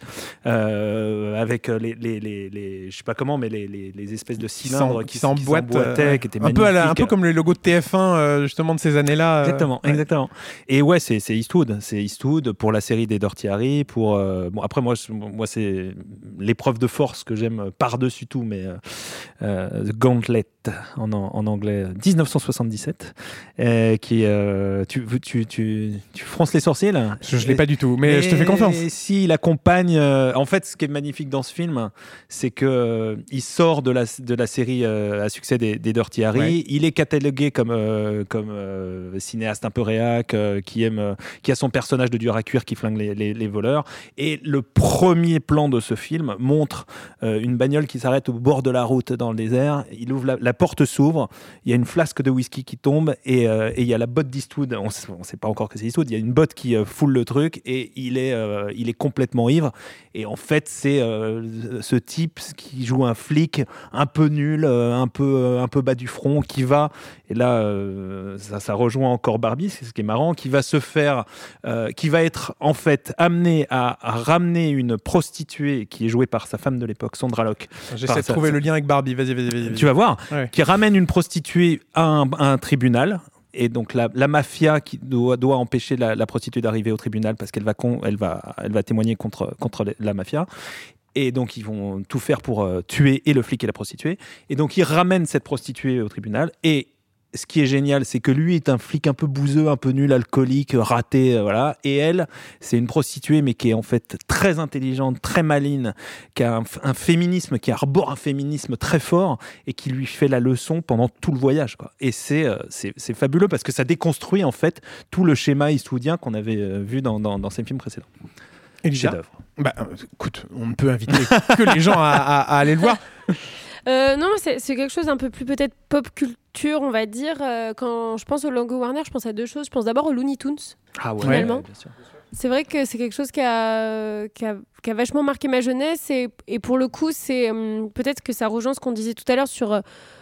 euh, avec les, les, les, les- je sais pas comment, mais les, les, les espèces de Qui cylindres s'en- qui, qui s'emboîtent, qui s'emboîtaient, euh, qui étaient un peu, à la- un magnifiques. peu comme le logo de T F un euh, justement de ces années-là. euh, Exactement, ouais. exactement. Et ouais, c'est c'est Eastwood, c'est Eastwood pour la série des Dirty Harry, pour euh, bon après moi je- moi c'est l'épreuve de force que j'aime par-dessus tout, mais euh, euh, The Gauntlet en, en, en anglais dix-neuf cent soixante-dix-sept, euh, qui euh, tu, tu tu tu fronces les sourcils là. Je, je l'ai pas du tout, mais, je te fais confiance. Et si il accompagne, euh, en fait, ce qui est magnifique dans ce film, c'est que euh, il sort de la de la série euh, à succès des, des Dirty Harry. Ouais. Il est catalogué comme euh, comme euh, cinéaste un peu réac, euh, qui aime, euh, qui a son personnage de dur à cuire qui flingue les, les, les voleurs. Et le premier plan de ce film montre euh, une bagnole qui s'arrête au bord de la route dans le désert. Il ouvre la, la porte s'ouvre. Il y a une flasque de whisky qui tombe et, euh, et il y a la botte d'Eastwood. On ne sait pas encore que c'est Eastwood. Il y a une botte qui euh, foule le truc et il est euh, il est complètement ivre. Et en fait, c'est euh, ce type qui joue un flic un peu nul, euh, un peu euh, un peu bas du front, qui va, et là euh, ça, ça rejoint encore Barbie, c'est ce qui est marrant, qui va se faire, euh, qui va être en fait amené à, à ramener une prostituée qui est jouée par sa femme de l'époque, Sandra Locke. J'essaie Par de ça- trouver ça- le lien avec Barbie. Vas-y, vas-y, vas-y. Tu vas voir, Ouais. qui ramène une prostituée à un, à un tribunal. Et donc la, la mafia qui doit, doit empêcher la, la prostituée d'arriver au tribunal parce qu'elle va, con, elle va, elle va témoigner contre, contre la mafia. Et donc ils vont tout faire pour euh, tuer et le flic et la prostituée. Et donc ils ramènent cette prostituée au tribunal. Et ce qui est génial, c'est que lui est un flic un peu bouseux, un peu nul, alcoolique, raté, euh, voilà. Et elle, c'est une prostituée, mais qui est en fait très intelligente, très maligne, qui a un, un féminisme, qui arbore un féminisme très fort et qui lui fait la leçon pendant tout le voyage, quoi. Et c'est euh, c'est c'est fabuleux parce que ça déconstruit en fait tout le schéma eastwoodien qu'on avait euh, vu dans, dans, dans ses films précédents. Elisa. Chef-d'œuvre. Bah, euh, écoute, on ne peut inviter que les gens à, à- à aller le voir. Euh, non, c'est, c'est quelque chose un peu plus peut-être pop culture, on va dire. Euh, quand je pense au logo Warner, je pense à deux choses. Je pense d'abord aux Looney Tunes. Ah ouais, Finalement. ouais, bien sûr. C'est vrai que c'est quelque chose qui a, qui a, qui a vachement marqué ma jeunesse et, et pour le coup, c'est hum, peut-être que ça rejoint ce qu'on disait tout à l'heure sur euh,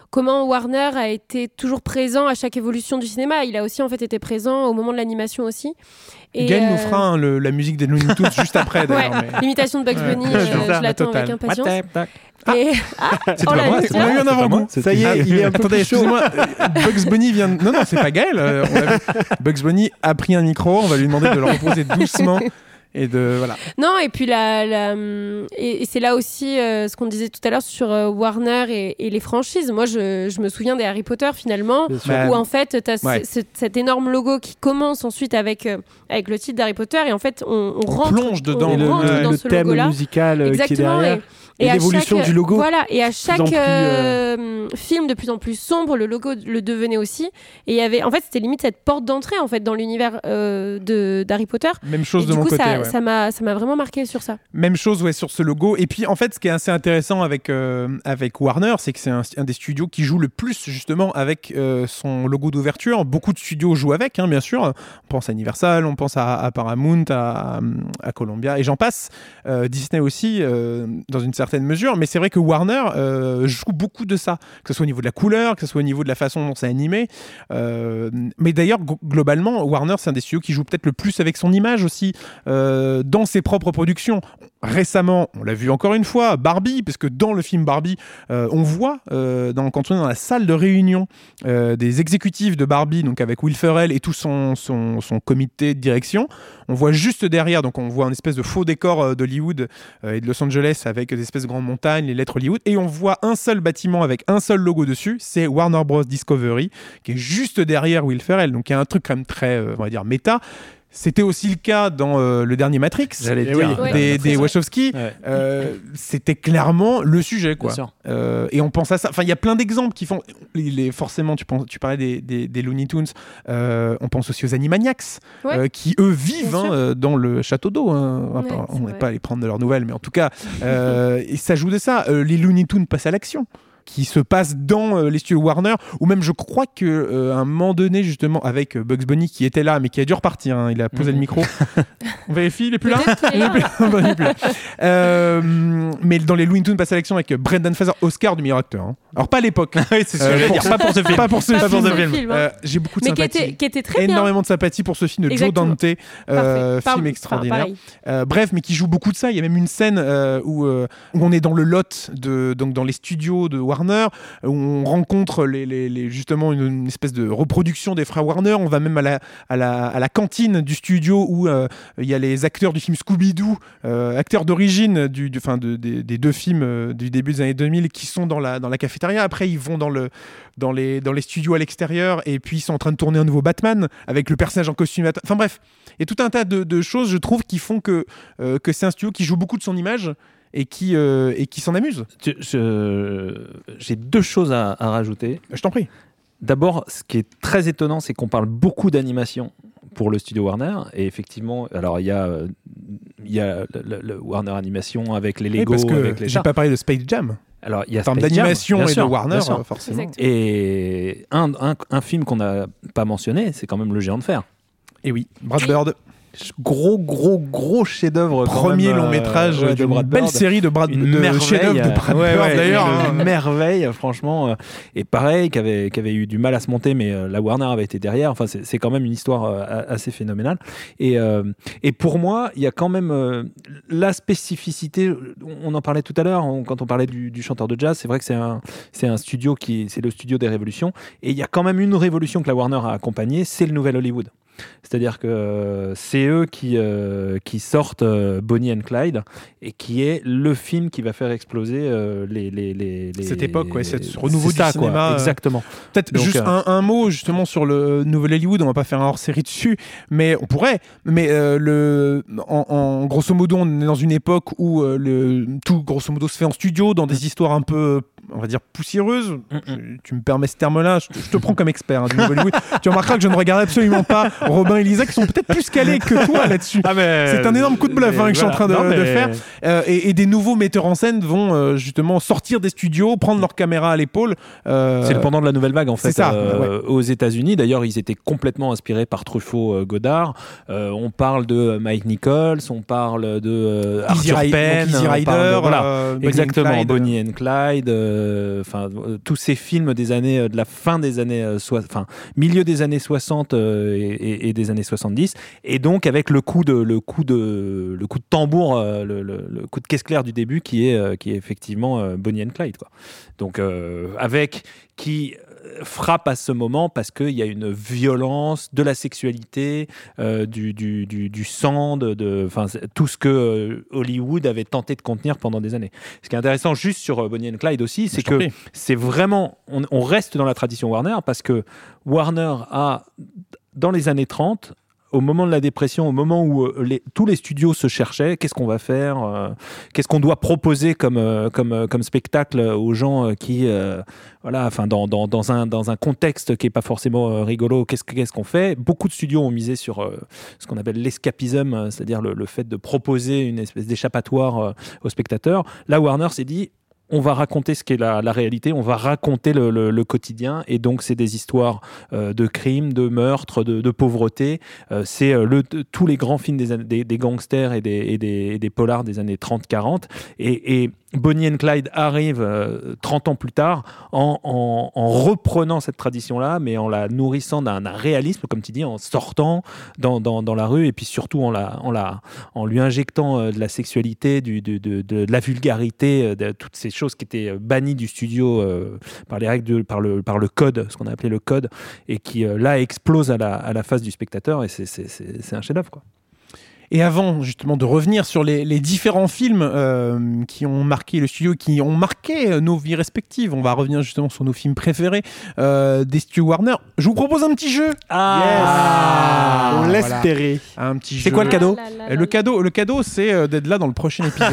comment Warner a été toujours présent à chaque évolution du cinéma. Il a aussi en fait été présent au moment de l'animation aussi. Et Gaël euh... nous fera hein, le, la musique des Looney Tunes juste après d'ailleurs. Ouais, mais... l'imitation de Bugs Bunny, ouais, euh, je l'attends avec impatience. Ah, et... ah, c'est on, l'a moi, on a eu un avant-goût. Ça y est, il est un peu Attendez, plus chaud. Excusez-moi, Bugs Bunny vient. De... Non, non, c'est pas Gaël. Euh, on a vu. Bugs Bunny a pris un micro. On va lui demander de le reposer doucement. Et de, voilà. Non, et puis la, la, et, et c'est là aussi euh, ce qu'on disait tout à l'heure sur euh, Warner et, et les franchises. Moi, je, je me souviens des Harry Potter finalement, où en fait, tu as ouais. c- cet énorme logo qui commence ensuite avec, euh, avec le titre d'Harry Potter, et en fait, on, on, on rentre, plonge dedans, on le, rentre le, dans le ce thème logo-là. musical Exactement, qui est derrière. Et, Et, et l'évolution chaque, du logo. Voilà, et à chaque plus, euh... euh, film de plus en plus sombre, le logo le devenait aussi. Et il y avait, en fait, c'était limite cette porte d'entrée en fait dans l'univers euh, de d'Harry Potter. Même chose et de du mon coup, côté. Ça, ouais. ça m'a, ça m'a vraiment marqué sur ça. Même chose, ouais, sur ce logo. Et puis, en fait, ce qui est assez intéressant avec euh, avec Warner, c'est que c'est un, un des studios qui joue le plus justement avec euh, son logo d'ouverture. Beaucoup de studios jouent avec, hein, bien sûr. On pense à Universal, on pense à, à Paramount, à, à Columbia, et j'en passe. Euh, Disney aussi, euh, dans une certaine mesure. Mais c'est vrai que Warner euh, joue beaucoup de ça, que ce soit au niveau de la couleur, que ce soit au niveau de la façon dont c'est animé. Euh, mais d'ailleurs, g- globalement, Warner, c'est un des studios qui joue peut-être le plus avec son image aussi, euh, dans ses propres productions. Récemment, on l'a vu encore une fois, Barbie, parce que dans le film Barbie, euh, on voit, euh, dans, quand on est dans la salle de réunion euh, des exécutifs de Barbie, donc avec Will Ferrell et tout son, son, son comité de direction, on voit juste derrière, donc on voit un espèce de faux décor euh, d'Hollywood euh, et de Los Angeles avec des espèces de grandes montagnes, les lettres Hollywood, et on voit un seul bâtiment avec un seul logo dessus, c'est Warner Bros. Discovery, qui est juste derrière Will Ferrell, donc il y a un truc quand même très, euh, on va dire, méta. C'était aussi le cas dans euh, le dernier Matrix, J'allais eh dire, oui, ouais. des, des Wachowski. Ouais. Euh, c'était clairement le sujet, quoi. Euh, et on pense à ça. Enfin, il y a plein d'exemples qui font. Les, forcément, tu, penses, tu parlais des, des, des Looney Tunes. Euh, on pense aussi aux Animaniacs, ouais. euh, qui eux vivent hein, euh, dans le château d'eau. Hein. Ouais, on n'est vrai. pas allé prendre de leurs nouvelles, mais en tout cas, euh, et ça joue de ça. Euh, les Looney Tunes passent à l'action, qui se passe dans euh, les studios Warner, ou même je crois qu'à euh, un moment donné, justement, avec euh, Bugs Bunny qui était là, mais qui a dû repartir, hein, il a posé mmh. le micro. On vérifie, il est plus là, il est plus là. Il est plus là. Euh, mais dans les Looney Tunes passe à l'action avec Brendan Fraser, Oscar du meilleur acteur. Hein. Alors pas à l'époque. oui, c'est ce que je veux dire. Pas pour ce film. Pas pour ce pas film. Pour ce film, film hein. euh, j'ai beaucoup de mais sympathie. Qui était, qui était très énormément bien. de sympathie pour ce film de Exactement. Joe Dante, euh, film Par, extraordinaire. enfin, euh, bref, mais qui joue beaucoup de ça. Il y a même une scène euh, où, euh, où on est dans le lot, de, donc dans les studios de Warner, où on rencontre les, les, les, justement une, une espèce de reproduction des frères Warner. On va même à la, à la, à la cantine du studio où euh, il y a les acteurs du film Scooby-Doo, euh, acteurs d'origine du, du, de, de, des deux films euh, du début des années deux mille qui sont dans la, dans la cafétéria. Après, ils vont dans, le, dans, les, dans les studios à l'extérieur et puis ils sont en train de tourner un nouveau Batman avec le personnage en costume. Enfin bref, il y a tout un tas de, de choses, je trouve, qui font que, euh, que c'est un studio qui joue beaucoup de son image et qui, euh, et qui s'en amuse. Je, je, j'ai deux choses à, à rajouter. Je t'en prie. D'abord, ce qui est très étonnant, c'est qu'on parle beaucoup d'animation pour le studio Warner. Et effectivement, alors il y a, il y a le, le Warner Animation avec les Lego, oui, parce que avec les j'ai pas parlé de Space Jam. Alors, il y a en termes Space d'animation Jam, et sûr, de Warner, sûr. forcément. Exactement. Et un, un, un film qu'on n'a pas mentionné, c'est quand même Le Géant de Fer. Et oui, Brad Bird. Gros, gros, gros chef-d'œuvre. Premier même, long métrage euh, ouais, de Brad belle Bird. série de Brad Une de merveille, chef-d'œuvre de Brad ouais, Bird ouais, d'ailleurs. Une merveille, franchement. Et pareil, qui avait, qui avait eu du mal à se monter, mais euh, la Warner avait été derrière. Enfin, c'est, c'est quand même une histoire euh, assez phénoménale. Et, euh, et pour moi, il y a quand même euh, la spécificité. On en parlait tout à l'heure on, quand on parlait du, du chanteur de jazz. C'est vrai que c'est un, c'est un studio qui, c'est le studio des révolutions. Et il y a quand même une révolution que la Warner a accompagnée, c'est le nouvel Hollywood. C'est-à-dire que euh, c'est eux qui, euh, qui sortent euh, Bonnie and Clyde et qui est le film qui va faire exploser euh, les, les, les, les... Cette époque, ouais, cette renouveau c'est du ça, cinéma. Quoi, euh... exactement. Peut-être Donc, juste euh... un, un mot justement sur le nouvel Hollywood, on va pas faire un hors-série dessus, mais on pourrait. Mais euh, le, en, en grosso modo, on est dans une époque où euh, le, tout grosso modo se fait en studio, dans des histoires un peu, on va dire, poussiéreuses. Mm-hmm. Tu me permets ce terme-là, je, je te prends comme expert hein, du nouvel Hollywood. Tu remarqueras que je ne regarde absolument pas Robin et Lisa qui sont peut-être plus calés que toi là-dessus. Ah mais C'est un énorme coup de bluff mais hein, que je suis en train de, voilà. Non, de mais- faire. Euh, et, et des nouveaux metteurs en scène vont euh, justement sortir des studios, prendre leur caméra à l'épaule. Euh, C'est le pendant de la nouvelle vague en fait c'est ça, euh, aux États-Unis. D'ailleurs, ils étaient complètement inspirés par Truffaut, euh, Godard. Euh, on parle de Mike Nichols, on parle de euh, Easy, Arthur Ri- Penn, donc Easy on Rider, parle de- voilà. euh, Bonnie and Exactement, Clyde. Bonnie and Clyde, euh, enfin euh, tous ces films des années, euh, de la fin des années, euh, soi- enfin milieu des années soixante euh, et, et- et des années soixante-dix, et donc avec le coup de le coup de le coup de tambour, euh, le, le- le coup de caisse claire du début qui est euh, qui est effectivement euh, Bonnie and Clyde quoi. Donc euh, avec qui frappe à ce moment parce qu'il y a une violence de la sexualité, euh, du, du, du, du sang, de, de, 'fin, c'est tout ce que euh, Hollywood avait tenté de contenir pendant des années. Ce qui est intéressant juste sur euh, Bonnie and Clyde aussi, c'est Je t'en que prie. c'est vraiment, on, on reste dans la tradition Warner parce que Warner a, dans les années trente, au moment de la dépression, au moment où euh, les, tous les studios se cherchaient, qu'est-ce qu'on va faire, euh, qu'est-ce qu'on doit proposer comme, euh, comme, euh, comme spectacle aux gens euh, qui, euh, voilà, enfin, dans, dans, dans, un, dans un contexte qui n'est pas forcément euh, rigolo, qu'est-ce, que- qu'est-ce qu'on fait? Beaucoup de studios ont misé sur euh, ce qu'on appelle l'escapisme, euh, c'est-à-dire le, le fait de proposer une espèce d'échappatoire euh, aux spectateurs. Là, Warner s'est dit, on va raconter ce qu'est la, la réalité, on va raconter le, le- le quotidien, et donc c'est des histoires euh, de crimes, de meurtres, de, de pauvreté. Euh, c'est euh, le, de- tous les grands films des, années- des, des gangsters et des, et, des, et des polars des années trente quarante. Et, et Bonnie and Clyde arrive euh, trente ans plus tard en, en- en reprenant cette tradition-là, mais en la nourrissant d'un, d'un réalisme, comme tu dis, en sortant dans, dans, dans la rue, et puis surtout en, la, en, la, en lui injectant euh, de la sexualité, du, de, de, de, de la vulgarité, euh, de toutes ces choses qui étaient euh, bannies du studio euh, par les règles, de, par, le, par le code, ce qu'on a appelé le code, et qui euh, là explose à la, à la face du spectateur, et c'est, c'est, c'est, c'est un chef-d'œuvre, quoi. Et avant justement de revenir sur les, les différents films euh, qui ont marqué le studio, qui ont marqué euh, nos vies respectives, on va revenir justement sur nos films préférés euh, des studios Warner. Je vous propose un petit jeu. Ah, on voilà. l'espérait. Un petit C'est jeu. quoi le cadeau Ah là là Et là le là. cadeau, le cadeau, c'est euh, d'être là dans le prochain épisode.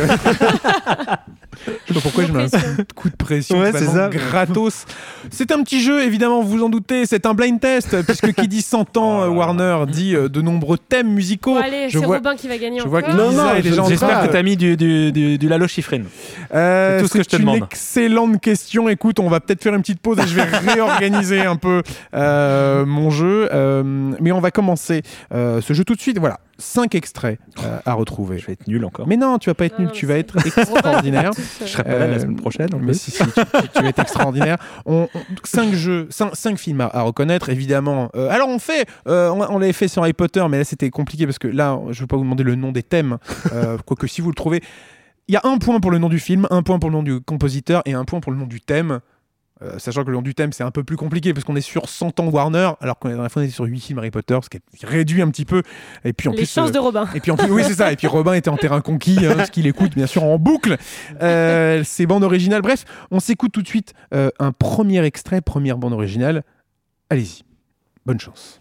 Je sais pas pourquoi je mets un coup de pression Ouais, totalement c'est ça. gratos. C'est un petit jeu, évidemment, vous vous en doutez, c'est un blind test, puisque qui dit cent ans euh, Warner dit euh, de nombreux thèmes musicaux. Bon, allez, je c'est vois, Robin qui va gagner je vois encore. que Non, Lisa non, est déjà je- en J'espère train que de- tu as mis du, du, du, du Lalo Schifrin. Euh, C'est tout ce que je te une demande. excellente question. Écoute, on va peut-être faire une petite pause et je vais réorganiser un peu euh, mon jeu. Euh, mais on va commencer euh, ce jeu tout de suite. Voilà, cinq extraits euh, à retrouver. Je vais être nul encore. Mais non, tu vas pas être Non, nul, non, tu vas c'est- être extraordinaire. Je serai pas là la Euh, semaine prochaine. en Mais plus. si, si, tu, tu- tu vas être extraordinaire. On, on- cinq jeux, cinq, cinq films à, à reconnaître, évidemment. Euh, alors on fait, euh, on, on l'avait fait sur Harry Potter, mais là c'était compliqué parce que là, je ne vais pas vous demander le nom des thèmes, euh, quoique si vous le trouvez, il y a un point pour le nom du film, un point pour le nom du compositeur et un point pour le nom du thème. Euh, sachant que le nom du thème c'est un peu plus compliqué parce qu'on est sur cent ans Warner, alors qu'on est dans la fin on est sur huit films Harry Potter, ce qui est réduit un petit peu. Et puis en Les plus, chances euh, de Robin. et puis en plus, oui, c'est ça. Et puis Robin était en terrain conquis, hein, ce qu'il écoute bien sûr en boucle. Euh, ses bandes originales. Bref, on s'écoute tout de suite euh, un premier extrait, première bande originale. Allez-y. Bonne chance.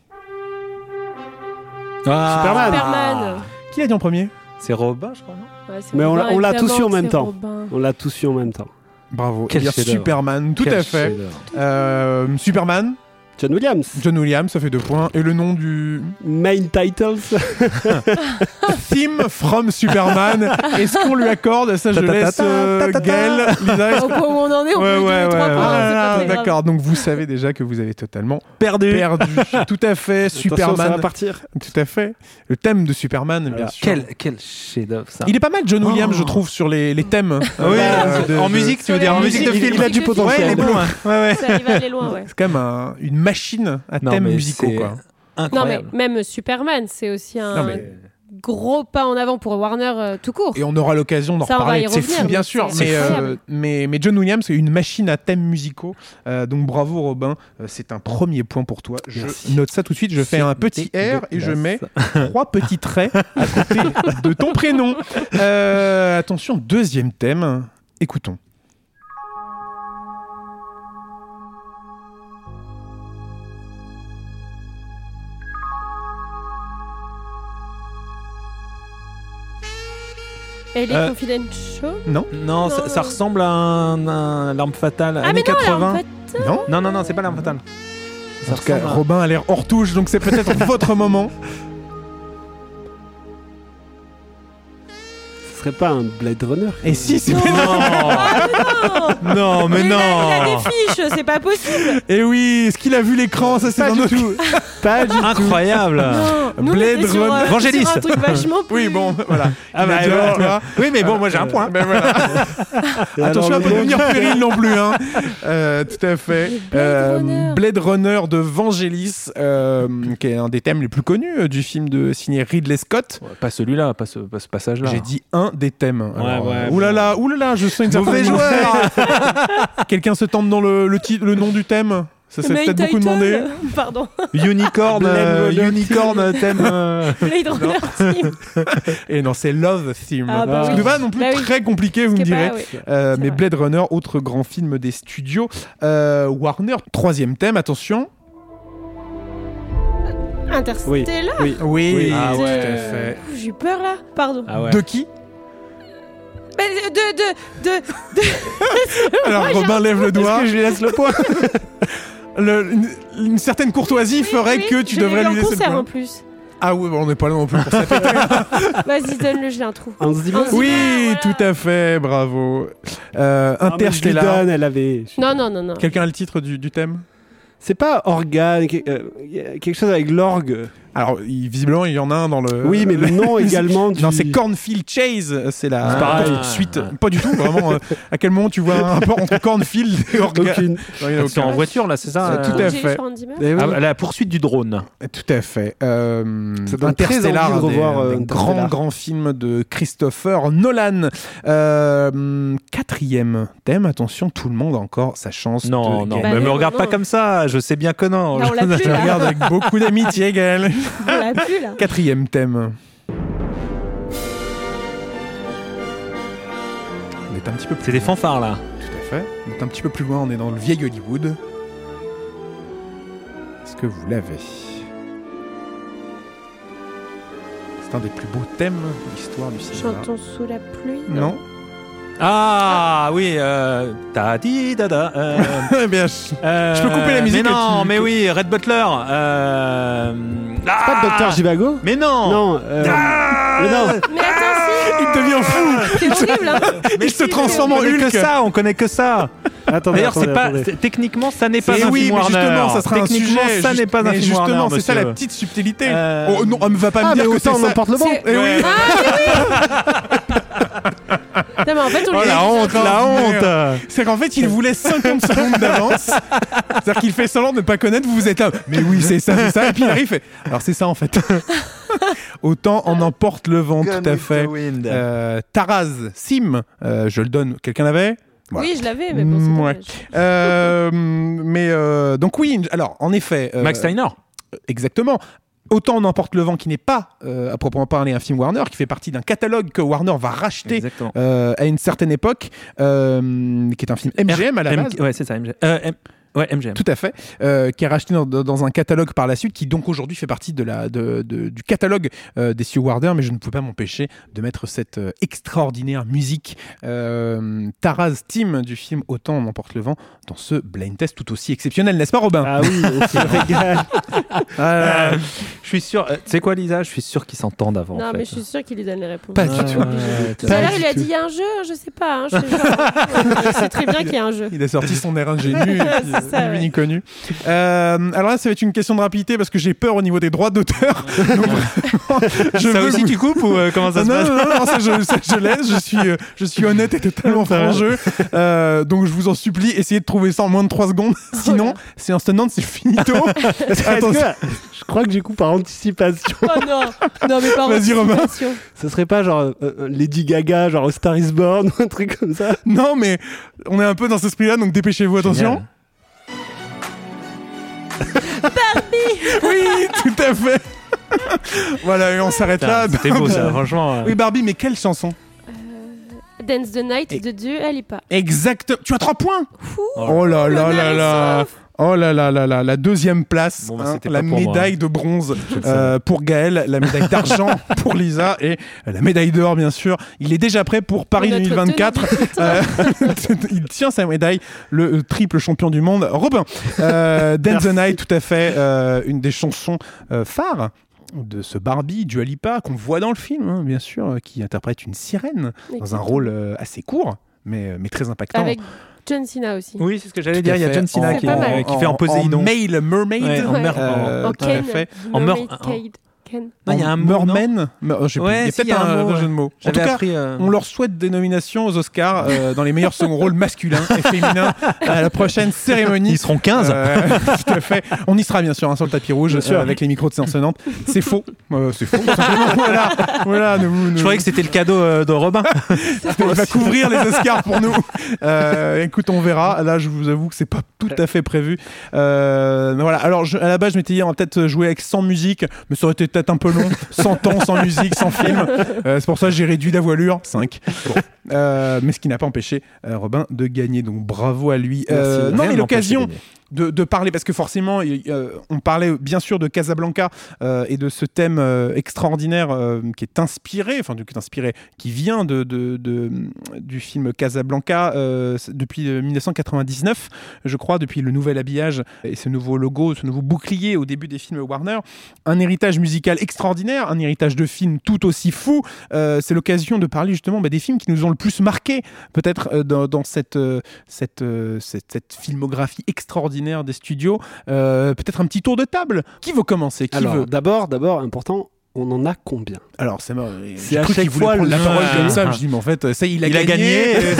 Ah. Superman. Superman. Qui l'a dit en premier? C'est Robin, je crois, non Ouais, c'est Mais on Robin, l'a- on l'a tous évidemment eu en que même c'est temps. Robin. On l'a tous eu en même temps. Bravo. Quel Eh bien, chef-d'œuvre. Superman, tout Quel à fait. chef-d'œuvre. Euh, Superman, John Williams. John Williams, ça fait deux points. Et le nom du Main titles. theme from Superman, est-ce qu'on lui accorde? Ça, je Ta-ta-ta-ta, laisse euh, ta-ta-ta. Gaël, Lisa, est-ce Au point où on en est, on Ouais, peut lui ouais, donner trois ouais, points. ouais. c'est pas Ah, très grave. d'accord, donc vous savez déjà que vous avez totalement Perdu. perdu. Tout à fait, Attention, ça va Superman. partir. Tout à fait. Le thème de Superman, bien Voilà. sûr. Quel, quel chef-d'œuvre ça. Il est pas mal, John Williams, Oh. je trouve, sur les, les thèmes. Oui, euh, de- en de- musique, tu veux Sur dire, en les musique de musiques, film. il a du musique de potentiel. Ouais, il est bon. hein. Ouais, ouais. Ça arrive à aller loin, ouais. C'est quand même un- une machine à Non, thèmes mais musicaux, c'est quoi. Non, mais Incroyable. même Superman, c'est aussi un Non, mais- gros pas en avant pour Warner euh, tout court. Et on aura l'occasion d'en Ça, on va reparler. y C'est fou, revenir, bien mais sûr. c'est Mais, euh, incroyable. mais, mais John Williams, c'est une machine à thèmes musicaux. Euh, donc bravo, Robin. Euh, c'est un premier point pour toi. Je Merci. note ça tout de suite. Je fais un petit R et je mets dégueulasse. trois petits traits à côté de ton prénom. Euh, attention, deuxième thème. Écoutons. Et les Euh, Confidential. Non, Non, ça, Non, ça non. ressemble à un, un L'arme fatale. Ah, années mais non, quatre-vingts. en fait, non. Non, non, non, c'est pas l'arme fatale. Ça En tout cas, ressemble à- Robin a l'air hors touche, donc c'est peut-être votre moment. Ce serait pas un Blade Runner? Et si, c'est... Non, non, mais Il a- Il a non. des fiches, c'est pas possible. Et oui, est-ce qu'il a vu l'écran? Ça, c'est Pas un du autre... tout. Pas du tout. Incroyable. Non, nous, on Blade était sur, Runner. euh, Vangelis. sur un truc vachement plus... Oui, bon, voilà. Ah Il a bah, dit, alors, toi. oui, mais bon, moi j'ai un point. Ben voilà. Et Attention à alors, pas le devenir nom- péril non plus. Hein. Euh, tout à fait. Blade Runner. Blade Runner de Vangelis, euh, qui est un des thèmes les plus connus euh, du film de signé Ridley Scott. Ouais, pas celui-là, pas ce, pas ce passage-là. J'ai dit un des thèmes. Alors, ouais, euh, oulala, oulala, je sens une Mauvais certaine- joueur. Quelqu'un se tente dans le, le, titre, le nom du thème? Ça c'est Main peut-être beaucoup title. demandé. Pardon. Unicorn, Blade euh, Runner Unicorn thème. euh, Blade Runner Team. Et non, c'est Love Theme. Ah bah Ce oui. qui n'est pas non plus Bah oui. très compliqué, vous Ce me qui est direz. pas- oui. Euh, C'est mais vrai. Blade Runner, autre grand film des studios. Euh, Warner, troisième thème, attention. Interstellar. Oui. Oui, Oui. Ah tout ouais. à fait. Ouh, J'ai eu peur là. Pardon. Ah ouais. De qui? Mais de de de. Alors Moi, j'ai Robin un lève le doigt. Est-ce que je lui laisse le point? Le- une, une certaine courtoisie ferait Oui, que oui, tu je devrais l'ai lui vu laisser en le concert point. en plus. Ah oui, bon, on n'est pas là non plus pour ça. Vas-y, donne-le, j'ai un trou. Hans Zimmer? Hans Oui, Zimmer, voilà. tout à fait, bravo. Euh, Ah, mais je lui Interstellar. donne, elle avait. Non, non, non, non. Quelqu'un a le titre du, du thème? C'est pas organe, que- euh, y a quelque chose avec l'orgue. Alors, il- visiblement, il y en a un dans le. Oui, mais le nom également du... Non, c'est Cornfield Chase. C'est la C'est pareil. suite. Pas du tout, vraiment. euh, à quel moment tu vois un rapport entre Cornfield et Orga? Aucune. Non, il y en a C'est aucun. en voiture là, c'est ça C'est euh, tout à J'ai eu fait. sur Hans Zimmer. Eh oui. Ah, la poursuite du drone. Tout à fait. Euh, Ça donne très Interstellar, envie de un des- revoir, un euh, des Interstellar. grands, grands films de Christopher Nolan. Euh, quatrième thème, attention, tout le monde a encore sa chance. Non, de non, gagner. Bah mais non, me regarde non. pas comme ça, je sais bien que non. Là, on l'a plus Je là. regarde avec beaucoup d'amitié, Gaël. On l'a plus là. Quatrième thème. On est un petit peu plus C'est des fanfares là. Tout à fait. On est un petit peu plus loin, on est dans le vieil Hollywood. Est-ce que vous l'avez? C'est un des plus beaux thèmes de l'histoire du cinéma. Chantons sous la pluie. Non. Ah oui, euh, ta di da da. euh, Eh bien, je- euh, Je peux couper la musique Mais et non, tu- mais oui, Red Butler. Euh, C'est pas le docteur Jivago? Mais non. Non. euh, Ah mais non. Mais attends, il devient fou. si, c'est horrible. Hein. Il se transforme en On connaît que Hulk. ça, on connaît que ça. Attendez, D'ailleurs, c'est attendez, pas attendez. c'est- techniquement, ça n'est pas Et un oui, film mais Warner. justement, ça sera un Techniquement, sujet. ça n'est juste- pas un mais film justement, Warner. c'est ça la monsieur. petite subtilité. Euh, Oh non, ne va pas Ah, me mais dire que c'est autant ça. n'importe le vent. C'est- Eh oui. Ouais. Non, mais en fait, on Oh lui a la dit- honte, la honte. C'est qu'en fait, il vous laisse cinquante secondes d'avance. C'est-à-dire qu'il fait semblant de ne pas connaître, vous vous êtes là. Mais oui, c'est ça, c'est ça. Et puis il arrive, il fait. Alors c'est ça en fait. Autant en emporte le vent, tout à fait. Euh, Taraz, Sim, euh, je le donne. Quelqu'un l'avait? Voilà. Oui, je l'avais, mais bon, c'est Mm, dommage. ouais. Euh, mais euh, donc oui, alors en effet. euh, Max Steiner. Exactement. Autant on emporte le vent qui n'est pas, euh, à proprement parler, un film Warner, qui fait partie d'un catalogue que Warner va racheter Exactement. euh, à une certaine époque, euh, qui est un film M G M à la M- base. Ouais, c'est ça, M G M. Euh, M- Ouais, M G M. Tout à fait, euh, qui est racheté dans, dans un catalogue par la suite, qui donc aujourd'hui fait partie de la, de, de- du catalogue euh, des studios Warner, mais je ne peux pas m'empêcher de mettre cette euh, extraordinaire musique euh, Taraz Team du film Autant on emporte le vent dans ce blind test tout aussi exceptionnel, n'est-ce pas Robin? Ah oui, on se régale. Euh, je suis sûr. euh, Tu sais quoi, Lisa? Je suis sûr qu'ils s'entendent avant. Non, en fait. mais je suis sûre qu'il lui donne les réponses. Pas Ouais, du tout. obligé. Ouais, Tout à l'heure, pas il du a tout. dit il y a un jeu, je sais pas. Hein, je sais genre, euh, c'est très bien qu'il y ait un jeu. Il a sorti son air ingénu, et puis, C'est ça, euh, ouais. ni connu. Euh, alors là, ça va être une question de rapidité parce que j'ai peur au niveau des droits d'auteur. Donc, vraiment, je Ça veux aussi, que vous- tu coupes ou euh, comment ça Ah se non, passe? non, non, non, ça, je, ça, je laisse, je suis, euh, je suis honnête et totalement franc jeu. Euh, donc je vous en supplie, essayez de trouver ça en moins de trois secondes. Sinon, c'est instant, c'est finito. Est-ce que- Attention. Je crois que j'ai coup par anticipation. Oh non, non, mais par Vas-y, Romain. anticipation. Ce serait pas genre euh, euh, Lady Gaga, genre Star is Born ou un truc comme ça? Non, mais on est un peu dans ce esprit-là, donc dépêchez-vous, attention. Oui, tout à fait. Voilà, et on s'arrête là. C'était beau ça, franchement. euh. Oui, Barbie, mais quelle chanson? Dance the Night Et- de Dua Lipa. Exact. Tu as trois points. Fou. Oh là là là là. Oh là là là là, la deuxième place, Bon, bah, hein, c'était la pas pour médaille moi. de bronze Je le euh, pour Gaël, la médaille d'argent pour Lisa et la médaille d'or bien sûr. Il est déjà prêt pour Paris Pour deux notre mille vingt-quatre. Euh, il tient sa médaille, le triple champion du monde, Robin. Euh, Dance the Night, tout à fait, euh, une des chansons euh, phares de ce Barbie, Dua Lipa, qu'on voit dans le film, hein, bien sûr, qui interprète une sirène dans un rôle euh, assez court, mais, mais très impactant. Avec John Cena aussi. Oui, c'est ce que j'allais Tout dire. à Il y a fait. John Cena En- qui, pas mal. euh, qui fait en Poséidon. En male mermaid. Ouais, en mer- Euh, en tout à Ken. fait. En mer- Mermaid en- Cade. Ken. Non, il y a un mot, merman. Me- je sais plus. Ouais, Il y a si, il y peut-être a un un, mot, un jeu de mots. En J'avais tout cas, appris. euh, on leur souhaite des nominations aux Oscars euh, dans les meilleurs second rôles masculins et féminins à la prochaine cérémonie. Ils seront quinze. Euh, tout à fait. On y sera bien sûr hein, sur le tapis rouge sûr. euh, avec les micros de séance sonnante. C'est faux. Euh, c'est faux. tout simplement. voilà. Voilà. Ne vous- ne Je croyais que c'était le cadeau euh, de Robin. il va couvrir les Oscars pour nous. Euh, écoute, on verra. Là, je vous avoue que c'est pas tout à fait prévu. Euh, voilà. Alors, je, à la base, je m'étais dit, on va peut-être jouer avec sans musique, mais ça aurait été peut-être un peu long. cent ans sans musique, sans film. Euh, c'est pour ça que j'ai réduit la voilure. cinq. Bon. Euh, mais ce qui n'a pas empêché euh, Robin de gagner. Donc, bravo à lui. Euh, Merci. non, Rien mais ne l'occasion m'empêche de gagner. de, de parler, parce que forcément, il- euh, on parlait bien sûr de Casablanca euh, et de ce thème euh, extraordinaire euh, qui est inspiré, enfin, du- qui est inspiré, qui vient de, de, de- du film Casablanca euh, c'est depuis euh, mille neuf cent quatre-vingt-dix-neuf, je crois, depuis le nouvel habillage et ce nouveau logo, ce nouveau bouclier au début des films Warner. Un héritage musical extraordinaire, un héritage de films tout aussi fou. Euh, c'est l'occasion de parler justement bah, des films qui nous ont le plus marqué, peut-être euh, dans, dans cette, euh, cette, euh, cette, cette filmographie extraordinaire des studios. Euh, peut-être un petit tour de table. Qui veut commencer? Qui Alors, veut d'abord, d'abord, important, on en a combien? Alors, c'est marrant. C'est J'ai à cru chaque qu'il voulait fois prendre la le- parole Ah. comme ça. Je dis, mais en fait, ça, il a Il a gagné. gagné.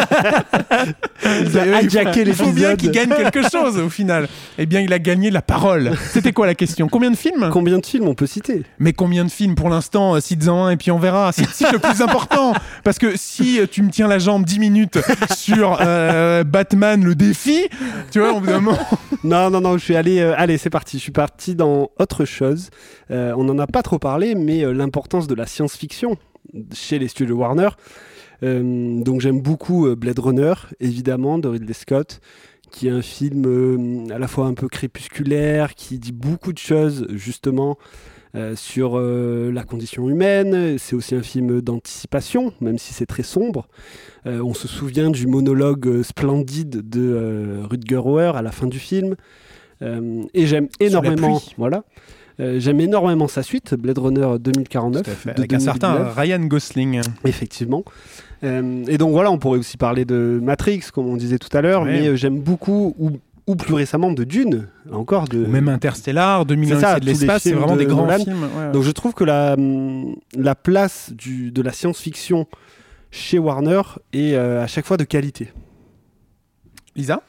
Il a hijacké Il faut bien l'épisode. qu'il gagne quelque chose au final. Eh bien, il a gagné la parole. C'était quoi la question? Combien de films? Combien de films on peut citer? Mais combien de films pour l'instant? euh, Cite-en un et puis on verra. C'est c'est le plus important. Parce que si euh, tu me tiens la jambe dix minutes sur euh, Batman le défi, tu vois, au bout d'un moment. Non, non, non, je suis allé. euh, allez, c'est parti. Je suis parti dans autre chose. Euh, on n'en a pas trop parlé, mais euh, l'importance de la science-fiction chez les studios Warner. Euh, donc, j'aime beaucoup euh, Blade Runner, évidemment, de Ridley Scott, qui est un film euh, à la fois un peu crépusculaire, qui dit beaucoup de choses, justement, euh, sur euh, la condition humaine. C'est aussi un film d'anticipation, même si c'est très sombre. Euh, on se souvient du monologue euh, splendide de euh, Rutger Hauer à la fin du film. Euh, et j'aime énormément, pluie. voilà, Euh, j'aime énormément sa suite, Blade Runner deux mille quarante-neuf, Tout à fait. de Avec un certain deux mille dix-neuf. Ryan Gosling. Effectivement. Euh, et donc voilà, on pourrait aussi parler de Matrix, comme on disait tout à l'heure, Ouais. mais euh, j'aime beaucoup, ou, ou plus récemment de Dune, encore de. Ou même Interstellar, deux mille un C'est ça, Odyssée de tous les l'espace, c'est films vraiment de des grands Nolan. films. ouais. Donc je trouve que la, hum, la place du, de la science-fiction chez Warner est euh, à chaque fois de qualité. Lisa?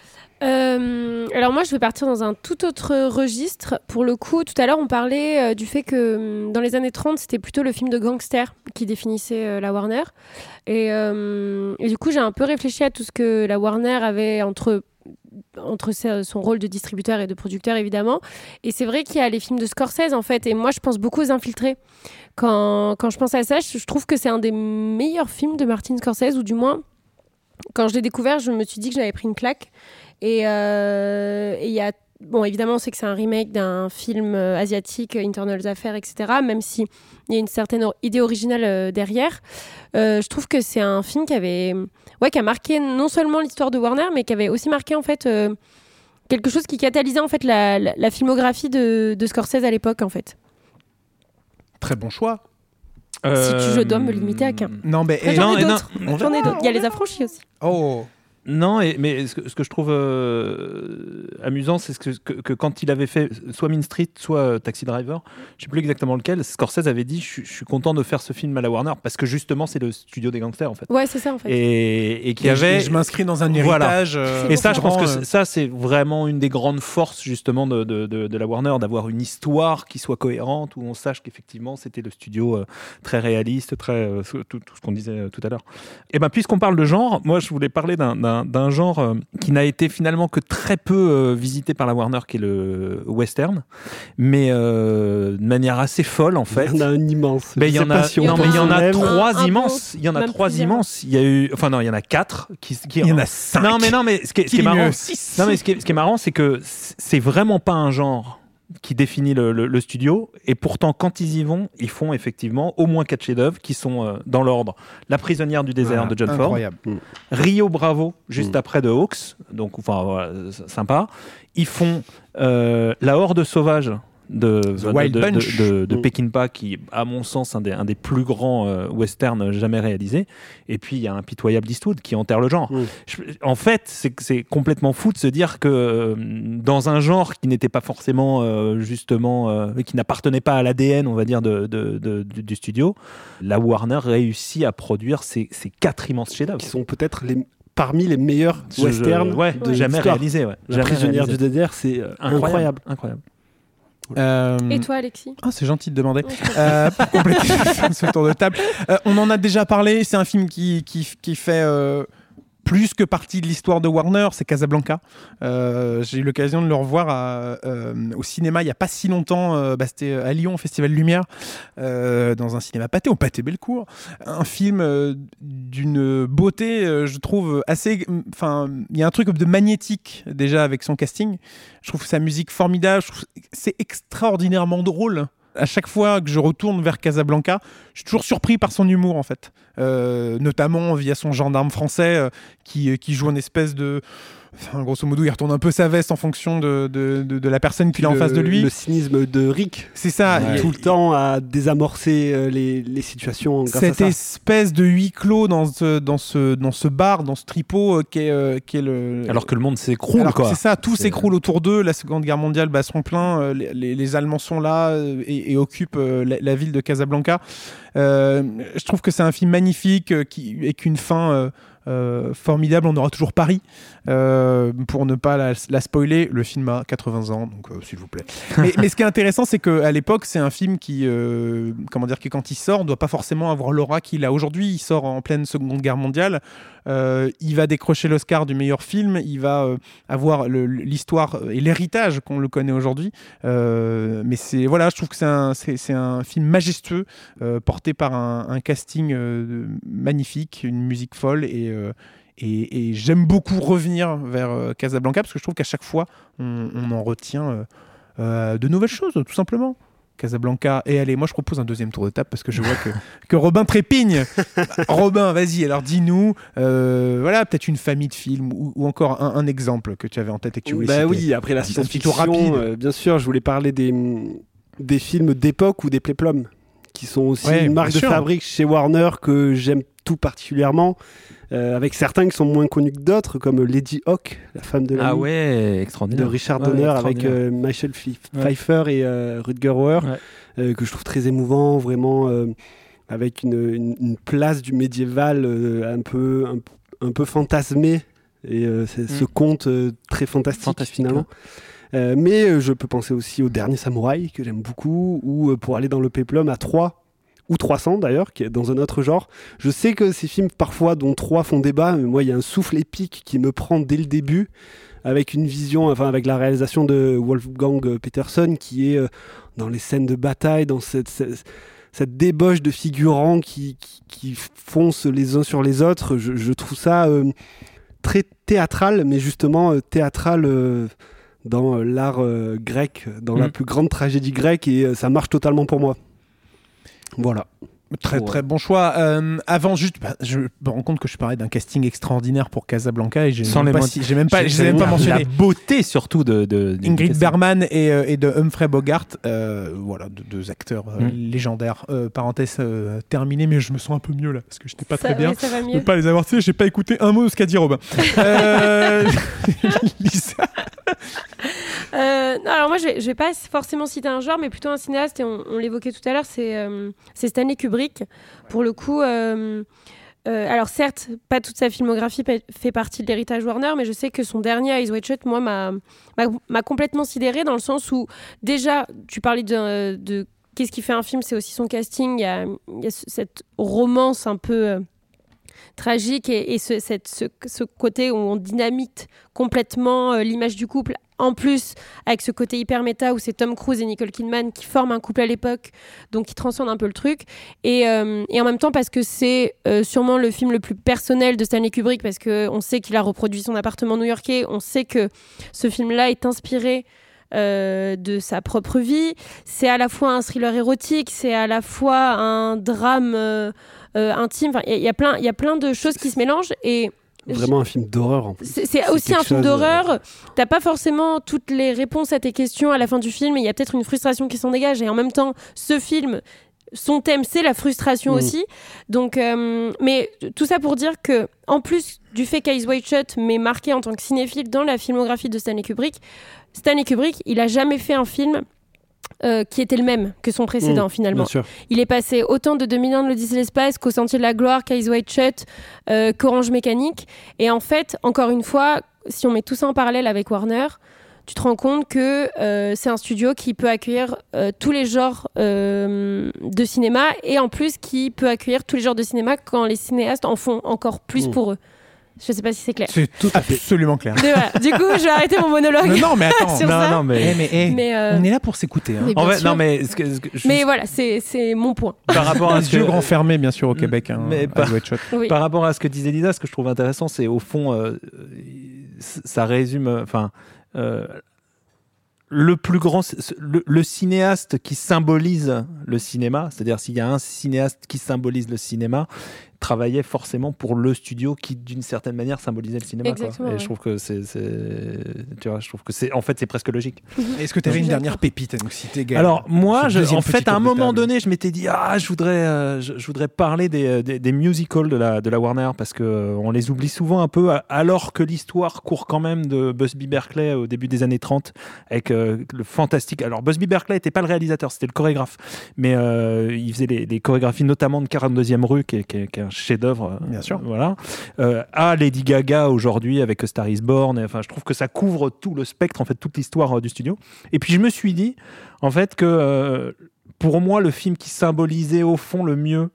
Euh, alors moi, je vais partir dans un tout autre registre. Pour le coup, tout à l'heure, on parlait euh, du fait que hum, dans les années trente, c'était plutôt le film de gangster qui définissait euh, la Warner. Et, euh, et du coup, j'ai un peu réfléchi à tout ce que la Warner avait entre entre sa- son rôle de distributeur et de producteur évidemment, et c'est vrai qu'il y a les films de Scorsese en fait, et moi je pense beaucoup aux Infiltrés. Quand, quand je pense à ça, je, je trouve que c'est un des meilleurs films de Martin Scorsese, ou du moins quand je l'ai découvert, je me suis dit que j'avais pris une claque. Et euh, et il y a, bon, évidemment, on sait que c'est un remake d'un film euh, asiatique, Internal Affairs, et cetera. Même s'il y a une certaine or- idée originale euh, derrière, euh, je trouve que c'est un film qui avait, ouais, qui a marqué non seulement l'histoire de Warner, mais qui avait aussi marqué en fait euh, quelque chose qui catalysait en fait la, la, la filmographie de, de Scorsese à l'époque en fait. Très bon choix. Si tu, je dois me limiter à qu'un. Non, mais. Après, eh, j'en non, ai et non, d'autres. on J'en ai verra, d'autres. Il y a on les verra. affranchis aussi. Oh. Non, et, mais ce que, ce que je trouve euh, amusant, c'est ce que, que, que quand il avait fait soit Mean Street, soit euh, Taxi Driver, je ne sais plus exactement lequel, Scorsese avait dit je, je suis content de faire ce film à la Warner parce que justement c'est le studio des gangsters en fait. Ouais, c'est ça en fait. Et, et qui Et je- avait. et je m'inscris dans un Voilà. héritage. euh, Et ça, je pense que grand, euh, c'est- ça, c'est vraiment une des grandes forces justement de, de, de, de la Warner, d'avoir une histoire qui soit cohérente, où on sache qu'effectivement c'était le studio euh, très réaliste, très euh, tout, tout ce qu'on disait euh, tout à l'heure. Et ben puisqu'on parle de genre, moi je voulais parler d'un, d'un, d'un, d'un genre euh, qui n'a été finalement que très peu euh, visité par la Warner, qui est le western, mais euh, de manière assez folle en fait. Il y en a un immense. Ben, il y en a, si non, mais il y en a Un- trois un immenses. Il y en a même trois plusieurs. immenses. Il y a eu, enfin non, il y en a quatre. Qui, qui, Il y en a cinq. Non, mais non, mais ce qui est, ce qui est marrant, six. non, mais ce qui est, ce qui est marrant, c'est que c'est vraiment pas un genre qui définit le, le, le studio, et pourtant quand ils y vont, ils font effectivement au moins quatre chefs-d'œuvre qui sont euh, dans l'ordre: La prisonnière du désert Voilà, de John incroyable. Ford, Rio Bravo juste Mm. après de Hawks, donc enfin voilà, c'est sympa. Ils font euh, La Horde sauvage de, The de, Wild de, Bunch. de, de, de Mm. Peckinpah, qui à mon sens un des, un des plus grands euh, westerns jamais réalisés. Et puis il y a Impitoyable Eastwood qui enterre le genre. Mm. Je- en fait, c'est, c'est complètement fou de se dire que euh, dans un genre qui n'était pas forcément euh, justement, euh, qui n'appartenait pas à l'A D N, on va dire, de, de, de- du, du studio, la Warner réussit à produire ces, ces quatre immenses chefs-d'œuvre. Qui sont peut-être les, parmi les meilleurs Je- je- westerns ouais, de jamais l'histoire. réalisés. Ouais. La Jamais prisonnière réalisés. du désert, c'est euh, Incroyable. incroyable. Incroyable. Euh, Et toi, Alexis? Ah, c'est gentil de demander. Ouais, je comprends. Euh, pour compléter ce tour de table, Euh, on en a déjà parlé. C'est un film qui, qui, qui fait euh, plus que partie de l'histoire de Warner. C'est Casablanca. Euh, j'ai eu l'occasion de le revoir à, euh, au cinéma il n'y a pas si longtemps. Euh, bah, c'était à Lyon, au Festival Lumière, euh, dans un cinéma Pathé, au Pathé Bellecour. Un film euh, d'une beauté, euh, je trouve, assez. Enfin, il y a un truc de magnétique déjà avec son casting. Je trouve sa musique formidable. Je trouve que c'est extraordinairement drôle. À chaque fois que je retourne vers Casablanca, je suis toujours surpris par son humour en fait, euh, notamment via son gendarme français euh, qui, qui joue une espèce de, enfin, grosso modo, il retourne un peu sa veste en fonction de, de, de, de la personne qu'il a en Le- face de lui. Le cynisme de Rick, C'est ça. Ouais. il y a- tout le temps à désamorcer euh, les, les situations grâce cette à ça. espèce de huis clos dans ce, dans ce, dans ce bar, dans ce tripot euh, qui est, euh, qui est le. Alors que le monde s'écroule, Alors que quoi. c'est ça, tout C'est- s'écroule autour d'eux. La Seconde Guerre mondiale bat son plein. euh, les, les- les Allemands sont là euh, et, et occupent euh, la, la ville de Casablanca. Euh, je trouve que c'est un film magnifique euh, qui, avec une fin euh, euh, formidable. On aura toujours Paris. Euh, pour ne pas la, la spoiler, le film a quatre-vingts ans, donc euh, s'il vous plaît. Mais, mais ce qui est intéressant, c'est qu'à l'époque, c'est un film qui, euh, comment dire, qui quand il sort, doit pas forcément avoir l'aura qu'il a aujourd'hui. Il sort en pleine Seconde Guerre mondiale. Euh, il va décrocher l'Oscar du meilleur film. Il va euh, avoir le- l'histoire et l'héritage qu'on le connaît aujourd'hui. Euh, mais c'est voilà, je trouve que c'est un, c'est, c'est un film majestueux, euh, porté par un, un casting euh, magnifique, une musique folle et euh, Et, et j'aime beaucoup revenir vers euh, Casablanca parce que je trouve qu'à chaque fois, on, on en retient euh, euh, de nouvelles choses, tout simplement. Casablanca. Et allez, moi je propose un deuxième tour de table parce que je vois que, que Robin trépigne. Robin, vas-y, alors dis-nous, euh, voilà, peut-être une famille de films ou, ou encore un, un exemple que tu avais en tête et que tu voulais Bah citer. oui, après la Un petit tour rapide. science-fiction, euh, bien sûr, je voulais parler des, des films d'époque ou des péplums, qui sont aussi Ouais, une marque bien de sûr. fabrique chez Warner que j'aime tout particulièrement, euh, avec certains qui sont moins connus que d'autres, comme Lady Hawk, la femme de la Ah nuit, ouais, de extraordinaire. Richard Ouais, Donner, avec extraordinaire. euh, Michelle Pfe- Ouais. Pfeiffer et euh, Rutger Hauer, Ouais. euh, que je trouve très émouvant, vraiment, euh, avec une, une- une place du médiéval euh, un, peu, un, un peu fantasmé, et euh, c'est ce Mm. conte euh, très fantastique, Fantastique, finalement. Euh, mais euh, je peux penser aussi au Dernier Samouraï, que j'aime beaucoup, ou euh, pour aller dans le péplum à trois ou trois cents d'ailleurs, qui est dans un autre genre. Je sais que ces films, parfois, dont trois font débat, mais moi, il y a un souffle épique qui me prend dès le début, avec une vision, enfin, avec la réalisation de Wolfgang Peterson, qui est euh, dans les scènes de bataille, dans cette, cette, cette débauche de figurants qui, qui, qui foncent les uns sur les autres. Je, je trouve ça euh, très théâtral, mais justement euh, théâtral euh, dans euh, l'art euh, grec, dans la Mhm. plus grande tragédie grecque, et euh, ça marche totalement pour moi. Voilà. Très Pour, très bon choix. Euh, avant juste, bah, je me rends compte que je parlais d'un casting extraordinaire pour Casablanca et j'ai Sans même les pas, mots- si- j'ai même pas, J'ai- je les ai même pas la- mentionné. La beauté surtout de, de, de Ingrid du Bergman et, euh, et de Humphrey Bogart, euh, voilà, deux, deux acteurs euh, Mm. légendaires. Euh, parenthèse euh, terminée, mais je me sens un peu mieux là parce que j'étais pas Ça- très bien. ouais, ça va Je mieux. peux pas les avoir tués, j'ai pas écouté un mot de ce qu'a dit Robin. euh... Lisa. Euh, non, alors moi, je vais, je vais pas forcément citer un genre, mais plutôt un cinéaste, et on, on l'évoquait tout à l'heure, c'est euh, c'est Stanley Kubrick. Pour le coup, euh, euh, alors certes, pas toute sa filmographie pa- fait partie de l'héritage Warner, mais je sais que son dernier Eyes Wide Shut, moi, m'a m'a- m'a complètement sidéré dans le sens où, déjà, tu parlais de, de qu'est-ce qui fait un film, c'est aussi son casting, il y a, il y a ce- cette romance un peu... euh, tragique et, et ce, cette, ce, ce côté où on dynamite complètement euh, l'image du couple. En plus, avec ce côté hyper méta où c'est Tom Cruise et Nicole Kidman qui forment un couple à l'époque, donc qui transcendent un peu le truc. Et, euh, et en même temps, parce que c'est euh, sûrement le film le plus personnel de Stanley Kubrick, parce qu'on sait qu'il a reproduit son appartement new-yorkais, on sait que ce film-là est inspiré euh, de sa propre vie. C'est à la fois un thriller érotique, c'est à la fois un drame euh, euh, intime. Enfin, il y, y a plein, il y a plein de choses qui se mélangent et Vraiment un film d'horreur en plus. C'est, c'est aussi un film d'horreur. T'as pas forcément toutes les réponses à tes questions à la fin du film, et il y a peut-être une frustration qui s'en dégage. Et en même temps, ce film, son thème, c'est la frustration mmh. aussi. Donc, euh, mais tout ça pour dire que, en plus du fait qu'Eyes Wide Shut m'ait marqué en tant que cinéphile dans la filmographie de Stanley Kubrick, Stanley Kubrick, il a jamais fait un film Euh, qui était le même que son précédent mmh, finalement. Il est passé autant de deux mille un de l'Odyssée de l'espace qu'au Sentier de la Gloire, qu'Eyes Wide Shut, euh, qu'Orange Mécanique. Et en fait, encore une fois, si on met tout ça en parallèle avec Warner, tu te rends compte que euh, c'est un studio qui peut accueillir euh, tous les genres euh, de cinéma et en plus qui peut accueillir tous les genres de cinéma quand les cinéastes en font encore plus mmh. pour eux. Je sais pas si c'est clair. C'est tout absolument clair. Mais voilà. Du coup, je vais arrêter mon monologue. Non, non mais attends. sur non, ça. non, mais, eh, mais, eh, mais euh... on est là pour s'écouter. Hein. En fait, non, mais, ce que, ce que, juste... mais voilà, c'est, c'est mon point. Par rapport à les ce yeux que... grands fermés, bien sûr, au Québec. Hein, mais par... Oui. par rapport à ce que disait Lisa, ce que je trouve intéressant, c'est au fond, euh, ça résume, enfin. Euh, le plus grand, le, le cinéaste qui symbolise le cinéma, c'est-à-dire s'il y a un cinéaste qui symbolise le cinéma, travaillait forcément pour le studio qui, d'une certaine manière, symbolisait le cinéma. Quoi. Et ouais. je trouve que c'est, c'est, tu vois, je trouve que c'est, en fait, c'est presque logique. Est-ce que tu avais une dernière pépite à nous citer, Gaël? Alors moi, je, en fait, à un moment donné, je m'étais dit, ah, je voudrais, euh, je, je voudrais parler des, des, des musicals de la, de la Warner parce que euh, on les oublie souvent un peu, alors que l'histoire court quand même de Busby Berkeley au début des années trente avec euh, le fantastique. Alors Busby Berkeley n'était pas le réalisateur, c'était le chorégraphe, mais euh, il faisait les, les chorégraphies notamment de quarante-deuxième rue, qui est, qui est, qui est un chef-d'œuvre. Bien sûr. Voilà. Euh, à Lady Gaga aujourd'hui avec A Star Is Born. Et, enfin, je trouve que ça couvre tout le spectre, en fait, toute l'histoire euh, du studio. Et puis je me suis dit, en fait, que euh, pour moi, le film qui symbolisait au fond le mieux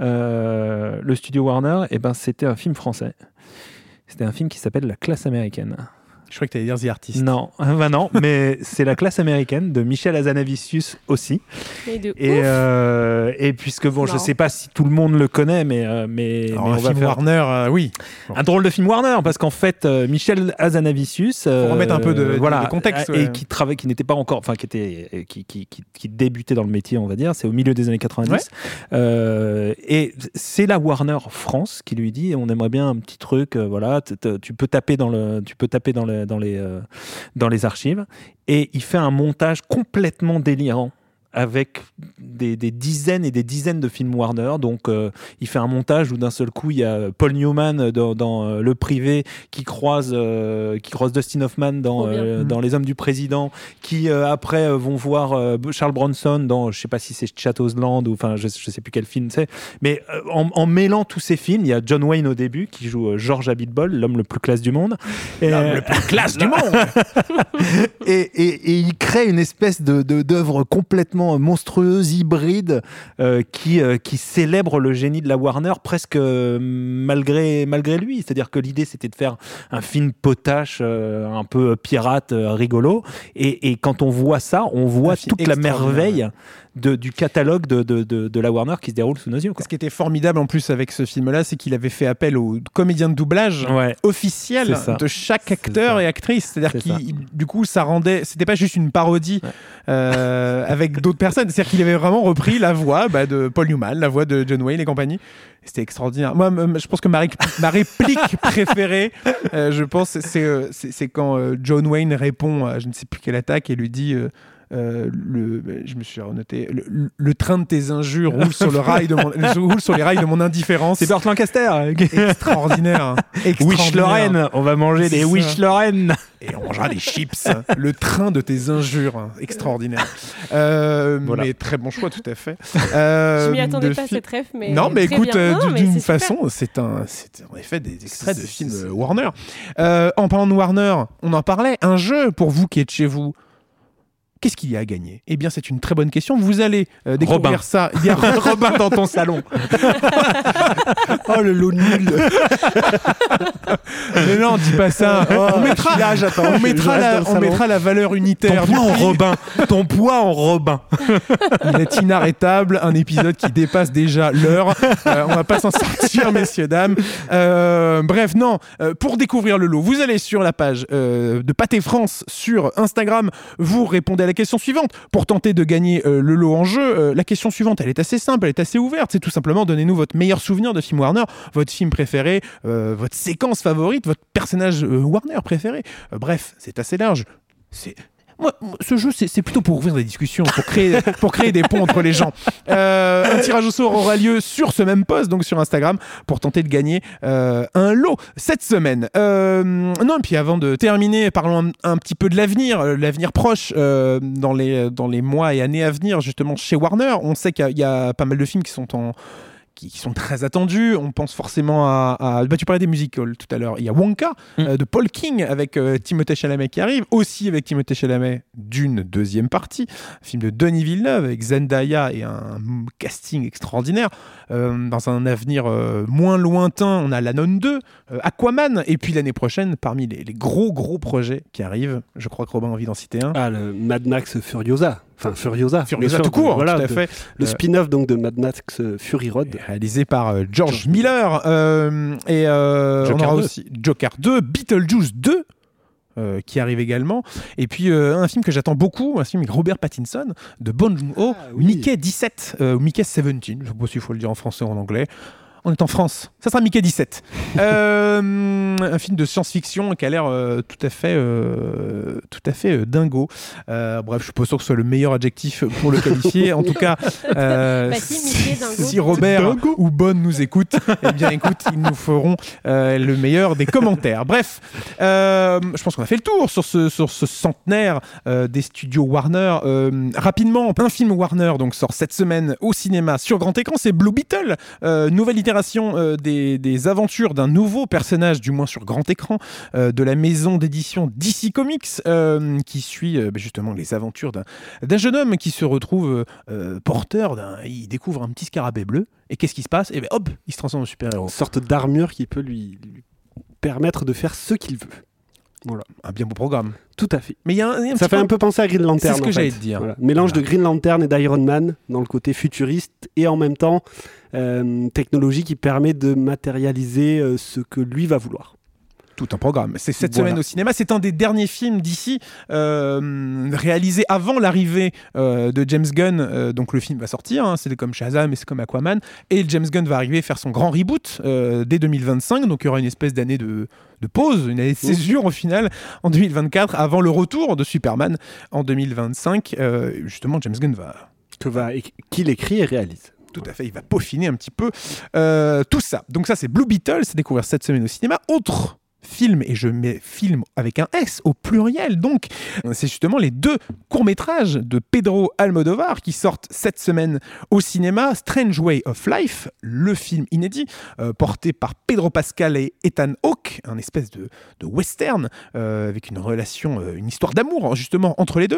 euh, le studio Warner, eh ben, c'était un film français. C'était un film qui s'appelle La Classe américaine. Je crois que tu allais dire The Artist. Non, ben non, mais c'est La Classe américaine de Michel Hazanavicius aussi. Et, de et, euh, et puisque bon, je sais pas si tout le monde le connaît, mais euh, mais, Alors, mais un on va film faire Warner, euh, oui. Bon. Un drôle de film Warner, parce qu'en fait, euh, Michel Hazanavicius, euh, faut remettre un peu de, voilà, de contexte, et ouais. qui travaille, qui n'était pas encore, enfin qui était, qui, qui, qui, qui débutait dans le métier, on va dire. C'est au milieu des années quatre-vingt-dix. Ouais. Euh, et c'est la Warner France qui lui dit, on aimerait bien un petit truc, euh, voilà, t- t- tu peux taper dans le, tu peux taper dans le, dans les euh, dans les archives, et il fait un montage complètement délirant avec des, des dizaines et des dizaines de films Warner. Donc euh, il fait un montage où d'un seul coup il y a Paul Newman dans, dans euh, Le Privé qui croise euh, qui croise Dustin Hoffman dans euh, dans Les Hommes du Président, qui euh, après euh, vont voir euh, Charles Bronson dans, je sais pas si c'est Chatow's Land ou enfin je, je sais plus quel film c'est, mais euh, en, en mêlant tous ces films, il y a John Wayne au début qui joue euh, George Abitbol, l'homme le plus classe du monde, et, l'homme le plus classe du monde. et, et, et il crée une espèce de, de d'œuvre complètement monstrueuse, hybride, euh, qui, euh, qui célèbre le génie de la Warner presque euh, malgré, malgré lui. C'est-à-dire que l'idée, c'était de faire un film potache, euh, un peu pirate, euh, rigolo. Et, et quand on voit ça, on voit toute la merveille de, du catalogue de, de, de, de la Warner qui se déroule sous nos yeux. Quoi. Ce qui était formidable en plus avec ce film-là, c'est qu'il avait fait appel aux comédiens de doublage ouais. officiels de chaque acteur et actrice. C'est-à-dire qu'il, du coup, ça rendait, c'était pas juste une parodie ouais. euh, avec d'autres personnes. C'est-à-dire qu'il avait vraiment repris la voix bah, de Paul Newman, la voix de John Wayne et compagnie. C'était extraordinaire. Moi, je pense que ma, ré- ma réplique préférée, euh, je pense, c'est, c'est, c'est quand euh, John Wayne répond à je ne sais plus quelle attaque et lui dit. Euh, Euh, le, je me suis renoté le, le train de tes injures roule sur le rail de mon, roule sur les rails de mon indifférence. C'est Burt Lancaster. Extraordinaire, extraordinaire. Wish Lorraine, on va manger des Wish Lorraine et on mangera des chips. Le train de tes injures, extraordinaire. Euh, voilà. Mais très bon choix, tout à fait. Euh, je m'y attendais pas fi- cette ref, mais non, mais écoute, euh, non, d'une mais façon, c'est un, c'est en effet des extraits de films c'est... Warner. Euh, en parlant de Warner, on en parlait. Un jeu pour vous qui êtes chez vous. Qu'est-ce qu'il y a à gagner ? Eh bien, c'est une très bonne question. Vous allez euh, découvrir Robin. ça. Il y a Robin dans ton salon. Oh, le lot nul. Mais non, dis pas ça. Oh, on mettra, là, j'attends. on Je- mettra, je la, reste dans le on salon. mettra la valeur unitaire. Ton poids en du prix. Robin. Ton poids en Robin. Il est inarrêtable. Un épisode qui dépasse déjà l'heure. Euh, on va pas s'en sortir, messieurs, dames. Euh, bref, non. Euh, pour découvrir le lot, vous allez sur la page euh, de Pâté France sur Instagram. Vous répondez à la question suivante. Pour tenter de gagner euh, le lot en jeu, euh, la question suivante, elle est assez simple, elle est assez ouverte. C'est tout simplement donnez-nous votre meilleur souvenir de film Warner, votre film préféré, euh, votre séquence favorite, votre personnage euh, Warner préféré. Euh, bref, c'est assez large. C'est Moi, moi, ce jeu, c'est c'est plutôt pour ouvrir des discussions, pour créer, pour créer des ponts entre les gens. Euh, un tirage au sort aura lieu sur ce même post, donc sur Instagram, pour tenter de gagner euh, un lot cette semaine. Euh, non, et puis avant de terminer, parlons un, un petit peu de l'avenir, euh, l'avenir proche, euh, dans, les, dans les mois et années à venir, justement, chez Warner. On sait qu'il y a, il y a pas mal de films qui sont en... Qui, qui sont très attendus. On pense forcément à... à bah, tu parlais des musicals tout à l'heure. Il y a Wonka Mm. euh, de Paul King avec euh, Timothée Chalamet qui arrive. Aussi avec Timothée Chalamet d'une deuxième partie. Un film de Denis Villeneuve avec Zendaya et un casting extraordinaire. Euh, dans un avenir euh, moins lointain, on a La Nonne deux, euh, Aquaman. Et puis l'année prochaine, parmi les, les gros gros projets qui arrivent, je crois que Robin a envie d'en citer un. Ah, le Mad Max Furiosa. Enfin, Furiosa. Furiosa bien sûr. tout court, Voilà, tout à de- fait. Le Euh, spin-off donc de Mad Max euh, Fury Road. Réalisé par euh, George Miller. Euh, et euh, on Joker aura deux. aussi Joker deux, Beetlejuice deux. euh, qui arrive également. Et puis euh, un film que j'attends beaucoup, un film avec Robert Pattinson de Bong Joon-ho, Ah, oui. Mickey dix-sept, euh, ou Mickey dix-sept, je ne sais pas s'il faut le dire en français ou en anglais. On est en France, ça sera Mickey dix-sept. Euh, un film de science-fiction qui a l'air euh, tout à fait, euh, tout à fait euh, dingo. Euh, bref, je suis pas sûr que ce soit le meilleur adjectif pour le qualifier. En tout cas, euh, Bah si, Mickey, dingo. si Robert ou Bonne nous écoute, eh bien écoute, ils nous feront euh, le meilleur des commentaires. Bref, euh, je pense qu'on a fait le tour sur ce, sur ce centenaire euh, des studios Warner. Euh, rapidement, un film Warner donc sort cette semaine au cinéma sur grand écran, c'est Blue Beetle, euh, nouvelle itération euh, des, des aventures d'un nouveau personnage, du moins sur grand écran, euh, de la maison d'édition D C Comics, euh, qui suit euh, bah, justement les aventures d'un, d'un jeune homme qui se retrouve euh, porteur d'un... Il découvre un petit scarabée bleu, et qu'est-ce qui se passe ? Et bien hop, il se transforme en super-héros. Une sorte d'armure qui peut lui, lui permettre de faire ce qu'il veut. Voilà. Un bien beau programme. Tout à fait. Mais il y a un, il y a un Ça petit fait peu- un peu penser à Green Lantern. C'est ce que en j'allais fait. te dire. Voilà. Mélange Voilà. de Green Lantern et d'Iron Man dans le côté futuriste et en même temps euh, technologie qui permet de matérialiser euh, ce que lui va vouloir. Tout un programme. C'est cette Voilà. semaine au cinéma. C'est un des derniers films d'ici euh, réalisés avant l'arrivée euh, de James Gunn. Euh, donc le film va sortir. Hein, c'est comme Shazam et c'est comme Aquaman. Et James Gunn va arriver faire son grand reboot euh, dès deux mille vingt-cinq. Donc il y aura une espèce d'année de, de pause, une année de césure au final en deux mille vingt-quatre, avant le retour de Superman en deux mille vingt-cinq. Euh, justement, James Gunn va Que va, qu'il écrit et réalise. Tout à fait, il va peaufiner un petit peu euh, tout ça. Donc ça, c'est Blue Beetle, c'est découvert cette semaine au cinéma. Autre film, et je mets film avec un S au pluriel, donc c'est justement les deux courts-métrages de Pedro Almodovar qui sortent cette semaine au cinéma. Strange Way of Life, le film inédit euh, porté par Pedro Pascal et Ethan Hawke, un espèce de, de western euh, avec une relation, euh, une histoire d'amour justement entre les deux,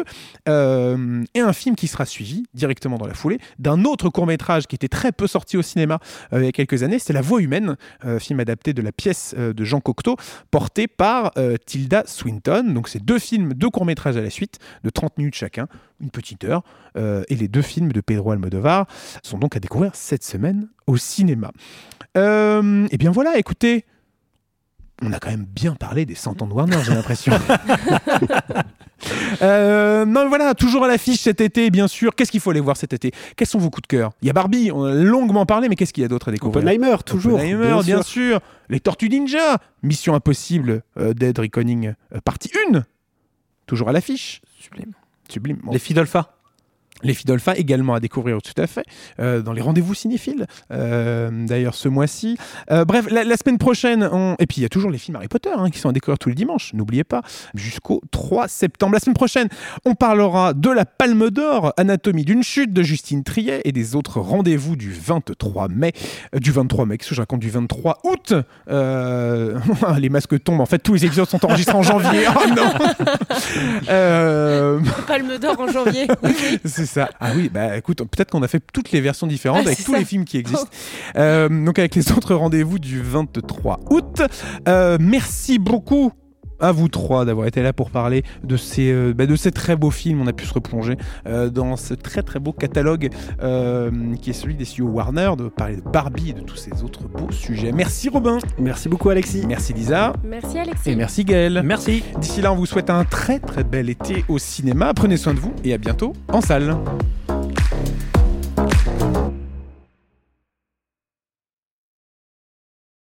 euh, et un film qui sera suivi directement dans la foulée d'un autre court-métrage qui était très peu sorti au cinéma euh, il y a quelques années, c'était La Voix humaine, euh, film adapté de la pièce euh, de Jean Cocteau, porté par euh, Tilda Swinton. Donc c'est deux films, deux courts-métrages à la suite, de trente minutes chacun, une petite heure, euh, et les deux films de Pedro Almodovar sont donc à découvrir cette semaine au cinéma. Euh, et bien voilà, écoutez, on a quand même bien parlé des cent ans de Warner, j'ai l'impression. Euh, non, voilà, toujours à l'affiche cet été, bien sûr. Qu'est-ce qu'il faut aller voir cet été ? Quels sont vos coups de cœur ? Il y a Barbie, on a longuement parlé, mais qu'est-ce qu'il y a d'autre à découvrir ? Oppenheimer, toujours. Oppenheimer, bien, bien sûr. Les Tortues Ninja, Mission Impossible, euh, Dead Reckoning, euh, partie un, toujours à l'affiche. Sublime. Sublime. Bon. Les Fidolfa. Les Fidolfins également à découvrir tout à fait euh, dans les rendez-vous cinéphiles euh, d'ailleurs ce mois-ci. Euh, bref, la, la semaine prochaine, on... et puis il y a toujours les films Harry Potter hein, qui sont à découvrir tous les dimanches, n'oubliez pas, jusqu'au trois septembre. La semaine prochaine, on parlera de la Palme d'Or, Anatomie d'une chute de Justine Triet et des autres rendez-vous du vingt-trois mai, euh, du vingt-trois mai, qu'est-ce que je raconte, du vingt-trois août. Euh... les masques tombent, en fait tous les épisodes sont enregistrés en janvier. Oh non. euh... Palme d'Or en janvier. Oui, oui. C'est ça. Ah oui, bah écoute, peut-être qu'on a fait toutes les versions différentes ah, avec tous ça. les films qui existent. euh, donc avec les autres rendez-vous du vingt-trois août. Euh, merci beaucoup à vous trois d'avoir été là pour parler de ces, euh, bah, de ces très beaux films. On a pu se replonger euh, dans ce très très beau catalogue euh, qui est celui des studios Warner, de parler de Barbie et de tous ces autres beaux sujets. Merci Robin. Merci beaucoup Alexis. Merci Lisa. Merci Alexis. Et merci Gaël. Merci. D'ici là, on vous souhaite un très très bel été au cinéma. Prenez soin de vous et à bientôt en salle.